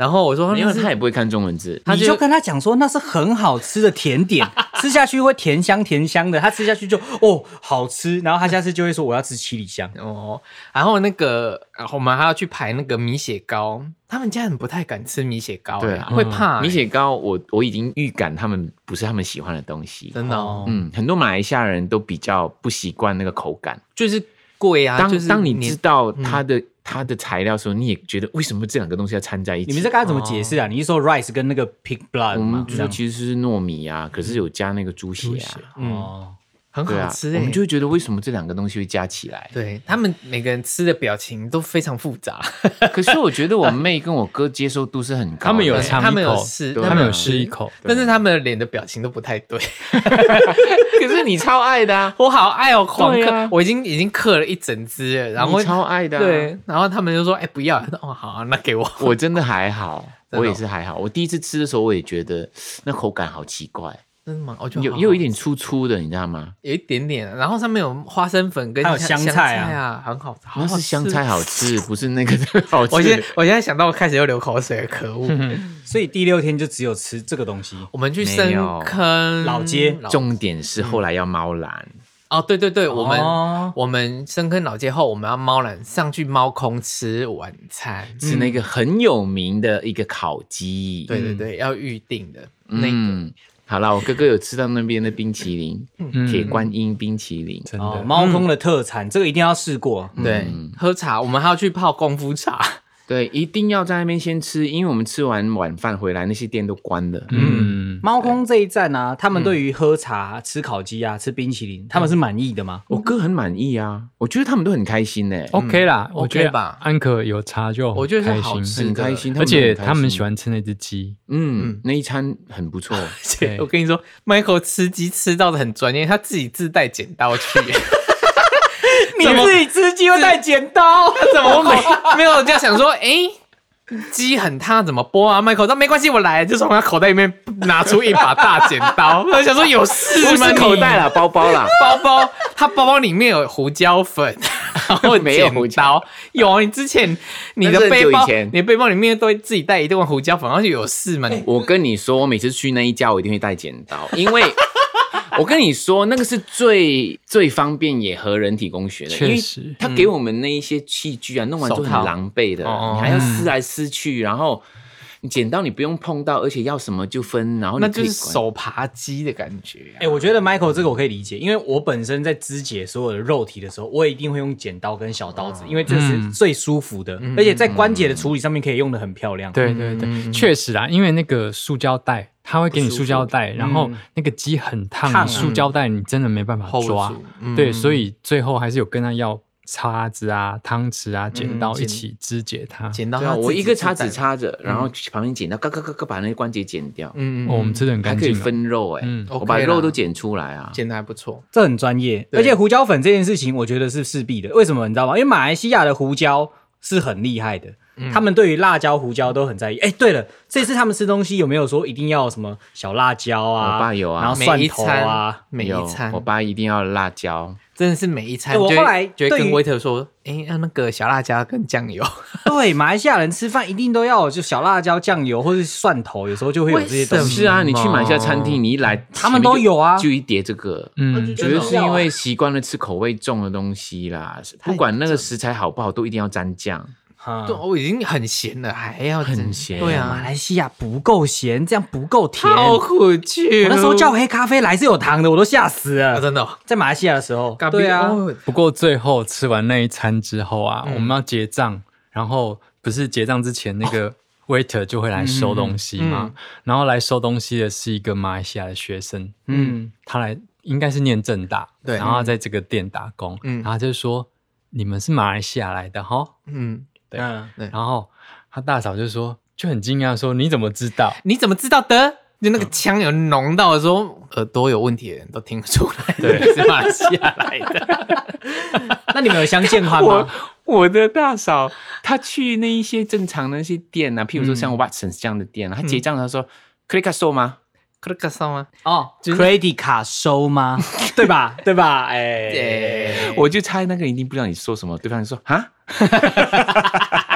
然后我说， 因为他也不会看中文字， 你就跟他讲说那是很好吃的甜点，吃下去会甜香甜香的，他吃下去就哦好吃，然后他下次就会说我要吃七里香哦。然后那个我们还要去排那个米血糕，他们家人不太敢吃米血糕， 对啊， 会怕、欸、 米血糕我我已经预感他们不是他们喜欢的东西， 真的、哦， 嗯，很多马来西亚人都比较不习惯那个口感， 就是贵啊。 当、 就是、 当你知道它的、嗯、它的材料的时候，你也觉得为什么这两个东西要掺在一起？ 你们在跟他怎么解释啊？哦、你是说 rice 跟那个 pig blood 吗？ 我们就说其实是糯米啊，可是有加那个猪血啊， 嗯。哦很好吃、欸啊、我们就会觉得为什么这两个东西会加起来？ 对他们每个人吃的表情都非常复杂。 可是我觉得我妹跟我哥接受度是很高的， 他们有尝一口， 他们有试， 他们有试一口， 但是他们的脸的表情都不太对。 可是你超爱的啊， 我好爱哦，狂嗑、啊，我已经已经嗑了一整只了，然后你超爱的、啊， 对，然后他们就说：“哎、欸，不要。”哦，好、啊，那给我。 我真的还好，我也是还好。我第一次吃的时候，我也觉得那口感好奇怪。 真的吗？我觉得有有一点粗粗的，你知道吗？ 有一点点，然后上面有花生粉跟还有香菜啊， 香菜啊很好吃。 那是香菜好吃，不是那个好吃。 我现在我现在想到我开始又流口水了，可恶！ 所以第六天就只有吃这个东西。 我们去深坑老街， 重点是后来要猫缆。 哦，对对对，我们、哦、我们深坑老街后，我们要猫缆上去猫空吃晚餐， 吃那个很有名的一个烤鸡。 嗯、对对对，要预定的那个。 嗯好啦，我哥哥有吃到那边的冰淇淋， 嗯、 铁观音冰淇淋， 真的、哦、猫空的特产，嗯、这个一定要试过。 对，嗯、喝茶，我们还要去泡功夫茶。 对，一定要在那边先吃，因为我们吃完晚饭回来，那些店都关了。 嗯，猫空这一站啊，他们对于喝茶、吃烤鸡啊、吃冰淇淋，他们是满意的吗？ 我哥很满意啊，我觉得他们都很开心呢、欸。 OK 啦， 嗯、 我觉得吧， 安可有茶就我觉得是好吃， 很开心， 而且他们喜欢吃那只鸡， 嗯，那一餐很不错。 我跟你说 ，Michael 吃鸡吃到的很专业，他自己自带剪刀去。 你自己吃鸡又带剪刀， 他怎么没没有？我就想说，哎、欸。鸡很烫，怎么剥啊 ？Michael 说没关系，我来，就从他口袋里面拿出一把大剪刀。我想说有事吗？ 不是口袋啦，包包啦， 包包。他包包里面有胡椒粉，然后没有胡椒。 有啊，你之前你的背包，你的背包里面都会自己带一罐胡椒粉，然后就有事吗？ 我跟你说，我每次去那一家，我一定会带剪刀，因为。我跟你说，那个是最最方便也合人体工学的， 确实， 因为他给我们那一些器具啊，嗯、弄完都很狼狈的，你还要撕来撕去，然后你剪刀你不用碰到，而且要什么就分，然后你那就是手扒鸡的感觉、啊。 哎、欸，我觉得 Michael 这个我可以理解，因为我本身在肢解所有的肉体的时候，我也一定会用剪刀跟小刀子，嗯、因为这是最舒服的，嗯、而且在关节的处理上面可以用得很漂亮。 对对对，确、嗯、实啊，因为那个塑胶袋。他会给你塑胶袋，然后那个鸡很烫， 烫塑胶袋你真的没办法抓，嗯、对，所以最后还是有跟他要叉子啊、汤匙啊、剪刀一起肢解它。 剪刀、 啊，我一个叉子插着，然后旁边剪刀，嘎嘎嘎嘎把那个关节剪掉。 嗯，哦、我们吃的很干净， 还可以分肉哎、欸，嗯、我把肉都剪出来啊， 剪得还不错， 这很专业。而且胡椒粉这件事情，我觉得是势必的。为什么你知道吗？因为马来西亚的胡椒是很厉害的。嗯、他们对于辣椒、胡椒都很在意。哎、欸，对了，这次他们吃东西有没有说一定要什么小辣椒啊？ 我爸有啊， 然后蒜头啊， 每一餐， 我爸一定要辣椒， 真的是每一餐。 我后来就会跟 waiter 说，哎、欸，要那个小辣椒跟酱油。 对，马来西亚人吃饭一定都要就小辣椒、酱油或是蒜头，有时候就会有这些东西。 是啊，你去马来西亚餐厅，你一来他们都有啊， 就一碟这个。嗯，觉得是因为习惯了吃口味重的东西啦，不管那个食材好不好，都一定要沾酱。 对，我已经很咸了，还要很咸。 对啊， 马来西亚不够咸，这样不够甜。 好苦去！ 我那时候叫黑咖啡来是有糖的，我都吓死了。 啊、真的、哦， 在马来西亚的时候，对啊。 不过最后吃完那一餐之后啊，嗯、我们要结账，然后不是结账之前那个 waiter 就会来收东西嘛，嗯、然后来收东西的是一个马来西亚的学生，嗯，他来应该是念政大，对，然后他在这个店打工，嗯，然后他就说你们是马来西亚来的哈，嗯。对，嗯、对，然后他大嫂就说，就很惊讶说：“你怎么知道？ 你怎么知道的？就那个腔有浓到说耳朵有问题的人都听出来，对，是马来西亚来的。 那你们有相见欢吗？ 我我的大嫂，她去那一些正常的那些店啊，譬如说像 Watsons 这样的店啊，她、嗯、结账的时候 ，credit card 收吗 ？credit card 收吗？ 哦 ，credit 卡收吗？对吧？对吧？哎、欸， 我就猜那个一定不知道你说什么，对方就说啊。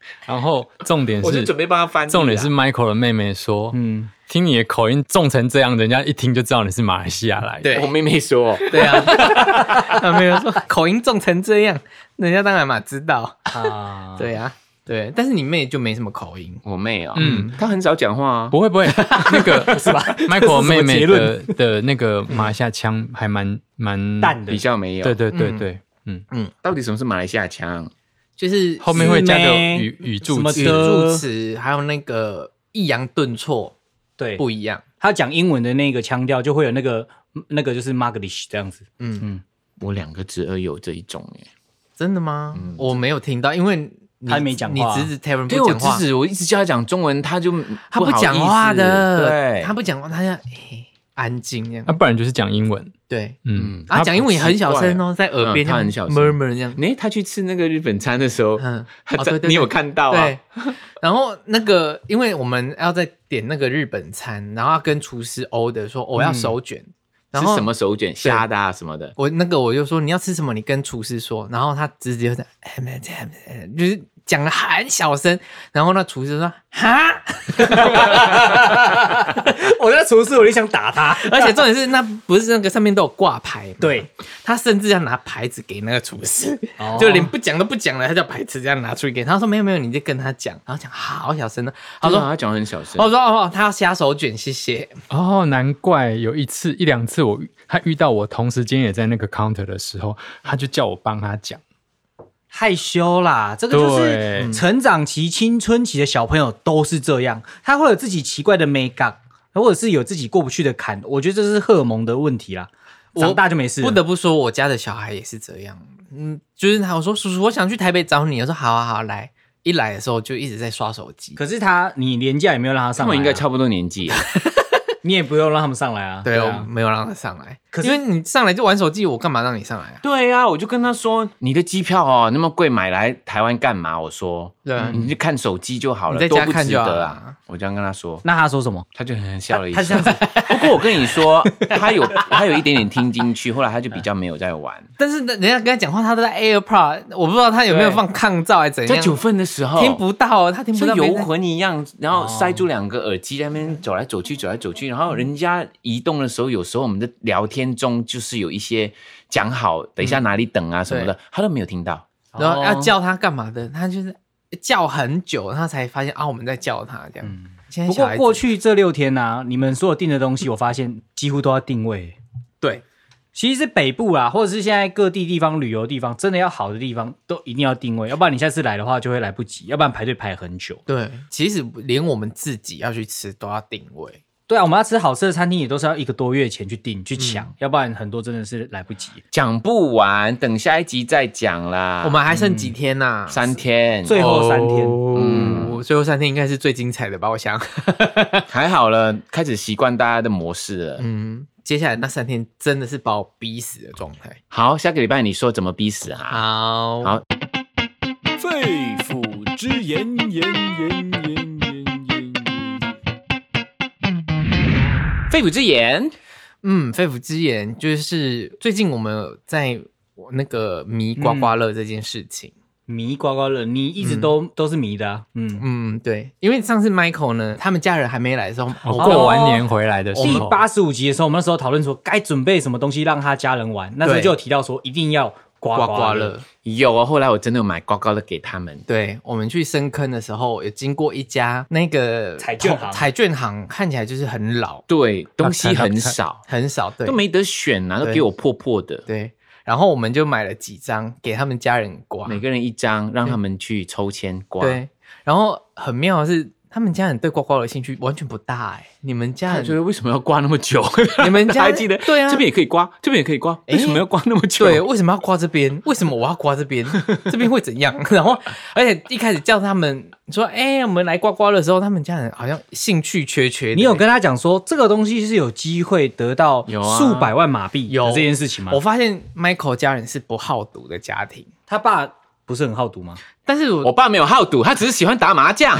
然后重点是， 我是准备帮他翻译。 重点是 Michael 的妹妹说，嗯，听你的口音重成这样，人家一听就知道你是马来西亚来的。 对，我妹妹说， 对啊，他妹妹说口音重成这样，人家当然嘛知道啊。对啊，对，但是你妹就没什么口音。 我妹啊、喔，嗯，她很少讲话啊。 不会不会，那个是吧 ？Michael 妹妹的的那个马来西亚腔还蛮蛮淡的， 比较没有。 对对对对，嗯嗯，到底什么是马来西亚腔？ 就是后面会加个语语助词、 语助词，还有那个抑扬顿挫， 对， 不一样。 他讲英文的那个腔调就会有那个那个就是 Maglish 这样子。 嗯嗯，我两个侄儿有这一种哎， 真的吗？嗯、我没有听到，因为他没讲话、啊。 你侄子 Terence 不讲话，我侄子我一直叫他讲中文，他就不他不讲话的， 对， 他不讲话，他要、欸、安静这样。 那、啊、不然就是讲英文。 对， 嗯， 啊，讲英文也很小声哦，在耳边、 嗯、他很小声 murmur 这样。 哎，他去吃那个日本餐的时候，嗯，他、哦、对对对你有看到啊？ 对。然后那个，因为我们要在点那个日本餐，然后要跟厨师 order 说我要手卷。嗯然后是什么手卷虾的啊什么的， 我那个我就说你要吃什么，你跟厨师说，然后他直接就在，就是讲得很小声，然后那厨师说哈， 我那厨师我就想打他， 而且重点是那不是那个上面都有挂牌， 对， 他甚至要拿牌子给那个厨师，哦、就连不讲都不讲了，他叫牌子这样拿出去给他，他说没有没有，你就跟他讲，然后讲好小声的， 他说他讲很小声， 我说哦他要虾手卷谢谢， 哦难怪有一次一两次我他遇到我同时间也在那个 counter 的时候，他就叫我帮他讲。 害羞啦，这个就是成长期、青春期的小朋友都是这样，他会有自己奇怪的美感，或者是有自己过不去的坎。我觉得这是荷尔蒙的问题啦，长大就没事了。 不得不说，我家的小孩也是这样，嗯，就是他我说叔叔，我想去台北找你，我说好啊好啊来，一来的时候就一直在刷手机。 可是他，你年假也没有让他上来、啊， 他们应该差不多年纪、啊。 你也不用让他们上来啊， 对啊，我没有让他上来，可是因为你上来就玩手机，我干嘛让你上来啊？ 对啊，我就跟他说，你的机票哦那么贵，买来台湾干嘛？我说，对、啊，你就看手机就好了， 你在家看就好了、啊。 我这样跟他说， 那他说什么？ 他就很笑了一下。 他是这样子。 不过我跟你说，他有他有一点点听进去，后来他就比较没有在玩。 但是人家跟他讲话，他都在 AirPod， 我不知道他有没有放抗噪还是怎样。 在九份的时候听不到，他听不到， 像游魂一样，然后塞住两个耳机，在那边走来走去，走来走去，然后人家移动的时候，有时候我们的聊天中就是有一些讲好，等一下哪里等啊什么的，嗯、他都没有听到。 然后要叫他干嘛的，他就是叫很久，他才发现啊我们在叫他这样。嗯不过过去这六天啊，你们所有订的东西，我发现几乎都要定位。 对， 其实是北部啊，或者是现在各地地方旅游的地方，真的要好的地方都一定要定位，要不然你下次来的话就会来不及，要不然排队排很久。 对，其实连我们自己要去吃都要定位。 对啊，我们要吃好吃的餐厅也都是要一个多月前去订去抢、嗯，要不然很多真的是来不及， 讲不完，等下一集再讲啦。 我们还剩几天呐、啊嗯？ 三天， 最后三天。 哦、嗯，最后三天应该是最精彩的吧？我想， 还好了，开始习惯大家的模式了。 嗯，接下来那三天真的是把我逼死的状态。 好，下个礼拜你说怎么逼死啊？ 好， 好。 肺腑之言，言言言言。 肺腑之言， 嗯，肺腑之言就是最近我们在那个迷刮刮乐这件事情， 嗯、迷刮刮乐，你一直都、嗯、都是迷的、啊，嗯嗯，对，因为上次 Michael 呢，他们家人还没来的时候， 哦、过完年回来的时候， 第八十五集的时候，我们那时候讨论说该准备什么东西让他家人玩，那时候就有提到说一定要刮刮乐。 有啊，后来我真的有买刮刮乐给他们。 对，我们去深坑的时候，有经过一家那个彩券行， 彩券行看起来就是很老， 对，东西很少， 很少，对， 都没得选啊，都给我破破的。 对，然后我们就买了几张给他们家人刮， 每个人一张，让他们去抽签刮。 对，然后很妙的是，他们家人对刮刮乐兴趣完全不大哎、欸，你们家人觉得为什么要刮那么久？ 你们家还记得？ 对啊， 这边也可以刮，这边也可以刮，为什么要刮那么久？ 对，为什么要刮这边？为什么我要刮这边？这边会怎样？然后，而且一开始叫他们说：“哎、欸，我们来刮刮乐的时候，他们家人好像兴趣缺缺的、欸。” 你有跟他讲说这个东西是有机会得到数百万马币有这件事情吗？ 我发现 Michael 家人是不好赌的家庭， 他爸不是很好赌吗？ 但是我我爸没有好赌，他只是喜欢打麻将。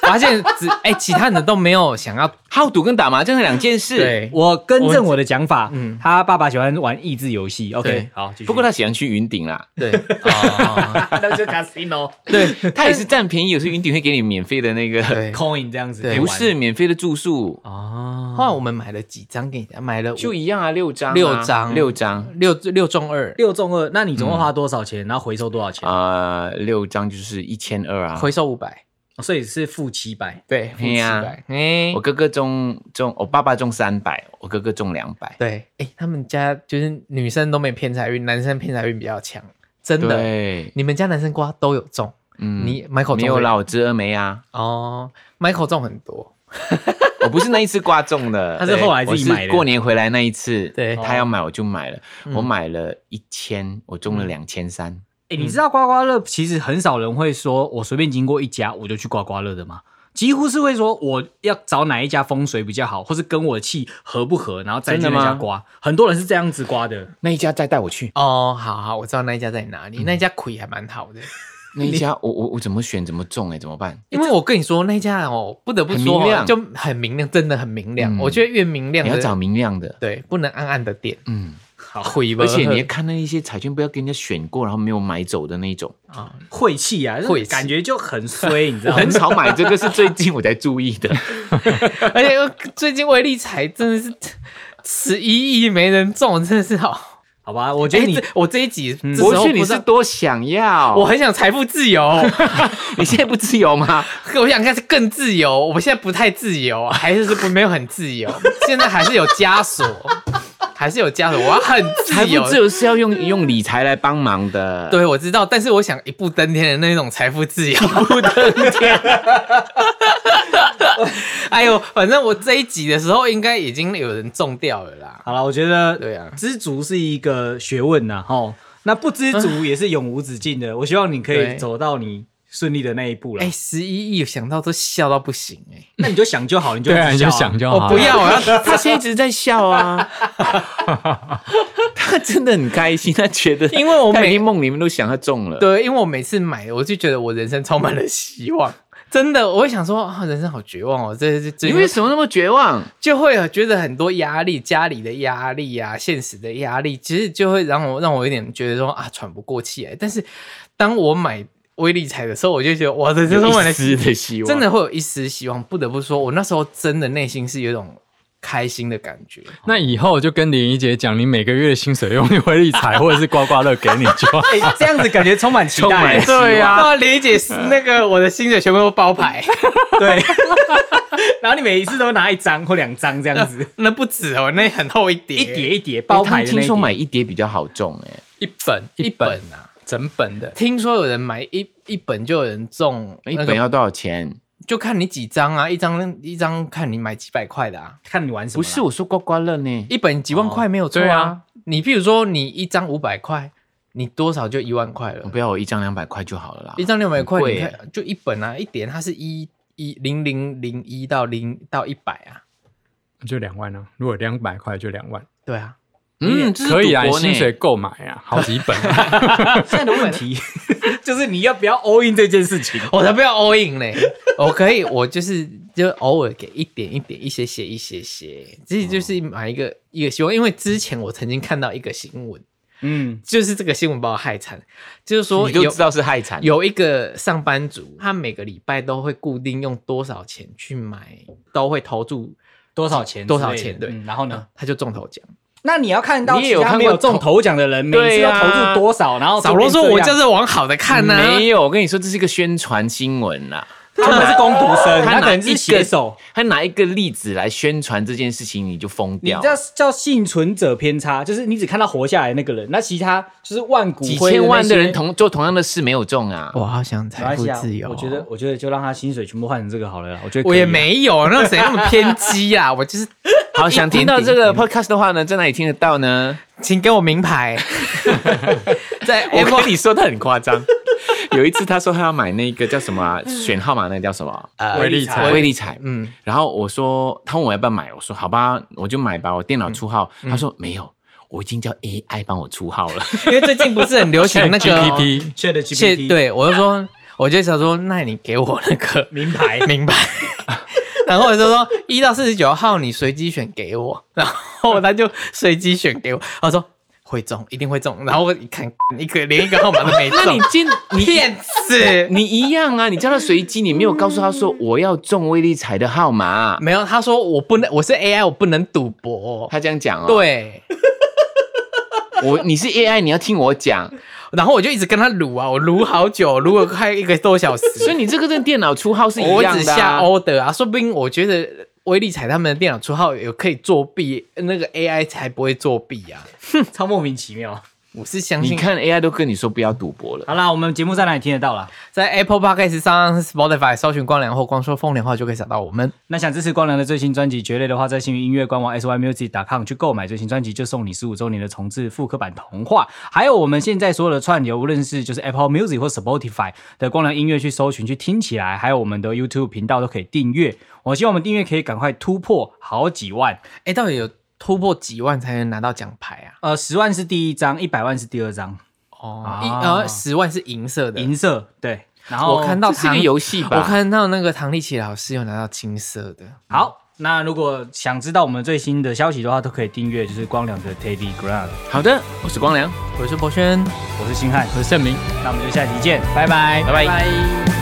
发现只哎、欸，其他人都没有想要好赌跟打麻将是两件事。 对， 我更正我的讲法，嗯，他爸爸喜欢玩益智游戏。OK， 好， 不过他喜欢去云顶啦。 对，哦， 那就 casino。 对，他也是占便宜，有时候云顶会给你免费的那个 coin 这样子， 不是免费的住宿哦。 后来我们买了几张给你，买了就一样啊，六张， 六张， 六张， 六六中二， 六中二。那你总共花多少钱？然后回收多少钱？ 呃，六张就是一千二啊， 回收五百。 所以是负七百， 对，负七百。哎， 我哥哥中中，我爸爸中三百，我哥哥中两百。 对，哎，他们家就是女生都没偏财运，男生偏财运比较强，真的。 对， 你们家男生刮都有中，嗯，你 Michael 没有啦，我侄儿没啊。 哦 ，Michael 中很多， 我不是那一次刮中的， 他是后来自己买的。 过年回来那一次， 对， 他要买我就买了，我买了一千，我中了两千三。 欸、你知道刮刮乐其实很少人会说我随便经过一家我就去刮刮乐的吗？几乎是会说我要找哪一家风水比较好，或是跟我的气合不合，然后再去那家刮。很多人是这样子刮的。 那一家再带我去哦，好好，我知道那一家在哪里，嗯、那一家亏还蛮好的。 那一家我我我怎么选怎么中哎、欸，怎么办？ 因为我跟你说那一家哦，不得不说很明亮就很明亮，真的很明亮。嗯、我觉得越明亮的你要找明亮的， 对，不能暗暗的点。 嗯。 好， 而且你要看那一些彩券，不要跟人家选过，然后没有买走的那种啊，晦气啊，晦气，感觉就很衰，你知道吗？ 很少买这个，是最近我才注意的。 而且最近威力彩真的是十一亿没人中，真的是好。 好吧，我觉得你、 欸、我这一集， 嗯、我觉得你是多想要， 我很想财富自由。 你现在不自由吗？ 我想看是更自由，我现在不太自由，还是不没有很自由，现在还是有枷锁。还是有家的，我要很自由。 财富自由是要用用理财来帮忙的。 对，我知道，但是我想一步登天的那种财富自由。一步登天。哎呦，反正我这一集的时候，应该已经有人中掉了啦。 好了，我觉得对啊， 知足是一个学问呐，齁，那不知足也是永无止境的。我希望你可以走到你顺利的那一步了。 哎，十一亿想到都笑到不行哎、欸。 那你就想就好，你就对啊，你就想就好。 我不要，我要他现在一直在笑啊。他真的很开心，他觉得， 因为我每天梦里面都想他中了。 对，因为我每次买，我就觉得我人生充满了希望。真的，我会想说啊，人生好绝望哦。这这， 你为什么那么绝望？ 就会有觉得很多压力，家里的压力啊，现实的压力，其实就会让我让我有点觉得说啊，喘不过气来。但是当我买威力彩的时候，我就觉得我的人生充满了一丝的希望， 真的会有一丝希望。不得不说，我那时候真的内心是有一种开心的感觉。 那以后就跟林怡姐讲，你每个月的薪水用威力彩或者是刮刮乐给你就好。 欸、这样子感觉充满期待。 对呀、啊，理解那个我的薪水全部都包牌。 对。然后你每一次都拿一张或两张这样子， 那不止哦，那很厚一叠， 一叠一叠包牌的那一叠。 听说买一叠比较好中哎、欸， 一本一本啊， 整本的。 听说有人买一一本就有人中、那個， 一本要多少钱？ 就看你几张啊，一张一张看你买几百块的啊， 看你玩什么。 不是我说刮刮乐呢， 一本几万块没有错啊。 哦啊你譬如说你一張五百塊，你多少就一万塊了。 不要我一張兩百塊就好了啦。 一張兩百塊，你看就一本啊，一點它是一一零零零一到零到一百啊， 就兩萬啊。如果兩百塊就兩萬。 對啊。 嗯， 可以啊，薪水夠買啊，好幾本、 啊。現在的問題就是你要不要 all in 這件事情？ 我才不要 all in 嘞！我可以，我就是就偶爾給一點一點，一些些一些些，其實就是買一個、哦、一個希望。因為之前我曾經看到一個新聞，嗯，就是這個新聞把我害慘，就是說你就知道是害慘。 有一個上班族，他每個禮拜都會固定用多少錢去買，都會投注多少錢多少錢，對、 嗯，然後呢， 他就中頭獎。 那你要看到其他沒有中頭獎的人每次要投注多少，然後少羅說我就是往好的看啊， 沒有，我跟你說這是一個宣傳新聞啦。 他們是工讀生，他可能是寫手， 他拿一個例子來宣傳這件事情，你就瘋掉。 你這叫幸存者偏差，就是你只看到活下來的那個人，那其他就是萬股幾千萬的人同做同樣的事沒有中啊。 我好想財富自由， 我覺得，我覺得就讓他薪水全部換成這個好了啦。我覺得我也沒有，那誰那麼偏激啊？我就是好想聽到這個 podcast 的話呢，在哪裡聽得到呢？ 請給我名牌。 在我跟你說，他很誇張。有一次他說他要買那個叫什麼、啊、選號碼那個叫什麼呃威力彩威力彩嗯，然後我說他問我要不要買，我說好吧我就買吧，我電腦出號、嗯、他說沒有，我已經叫 A I 幫我出號了。 因為最近不是很流行那個 Chat G P T Chat G P T 對，我就說我就想说，那你给我那个名牌名牌。然后我就说一到四十九号你随机选给我，然后他就随机选给我，他说会中，一定会中。然后我一看，一个连一个号码都没中， 那你今你骗子， 你一样啊！你叫他随机，你没有告诉他说我要中威力彩的号码。 没有，他说我不能，我是 A I， 我不能赌博。 他这样讲哦。 对， 我你是 A I， 你要听我讲。 然后我就一直跟他撸啊，我撸好久，撸了快一个多小时。 所以你这个跟电脑出号是一样的、啊。 我只下 order 啊，说不定我觉得威力彩他们的电脑出号有可以作弊，那个 A I 才不会作弊啊。 哼，超莫名其妙。 我是相信， 你看 A I 都跟你说不要赌博了。 好啦，我们节目在哪里听得到啦？ 在 Apple Podcast 上、Spotify 搜寻光良或光说风凉话就可以找到我们。 那想支持光良的最新专辑《蕨类》的话，在幸运音乐官网 S Y music dot com 去购买最新专辑，就送你十五周年的重制复刻版童话。还有我们现在所有的串流，无论是就是 Apple Music 或 Spotify 的光良音乐去搜寻去听起来，还有我们的 YouTube 频道都可以订阅。我希望我们订阅可以赶快突破好几万。 哎，到底有突破几万才能拿到奖牌啊？ 呃，十万是第一张，一百万是第二张。 哦，啊、一呃，十万是银色的， 银色对。然后我看到这是个游戏吧？ 我看到那个唐立奇老师有拿到金色的。 好，那如果想知道我们最新的消息的话，都可以订阅就是光良的 Telegram。 好的，我是光良， 我是博轩， 我是星汉， 我是盛明， 那我们就下期见，拜拜， 拜拜。 拜拜。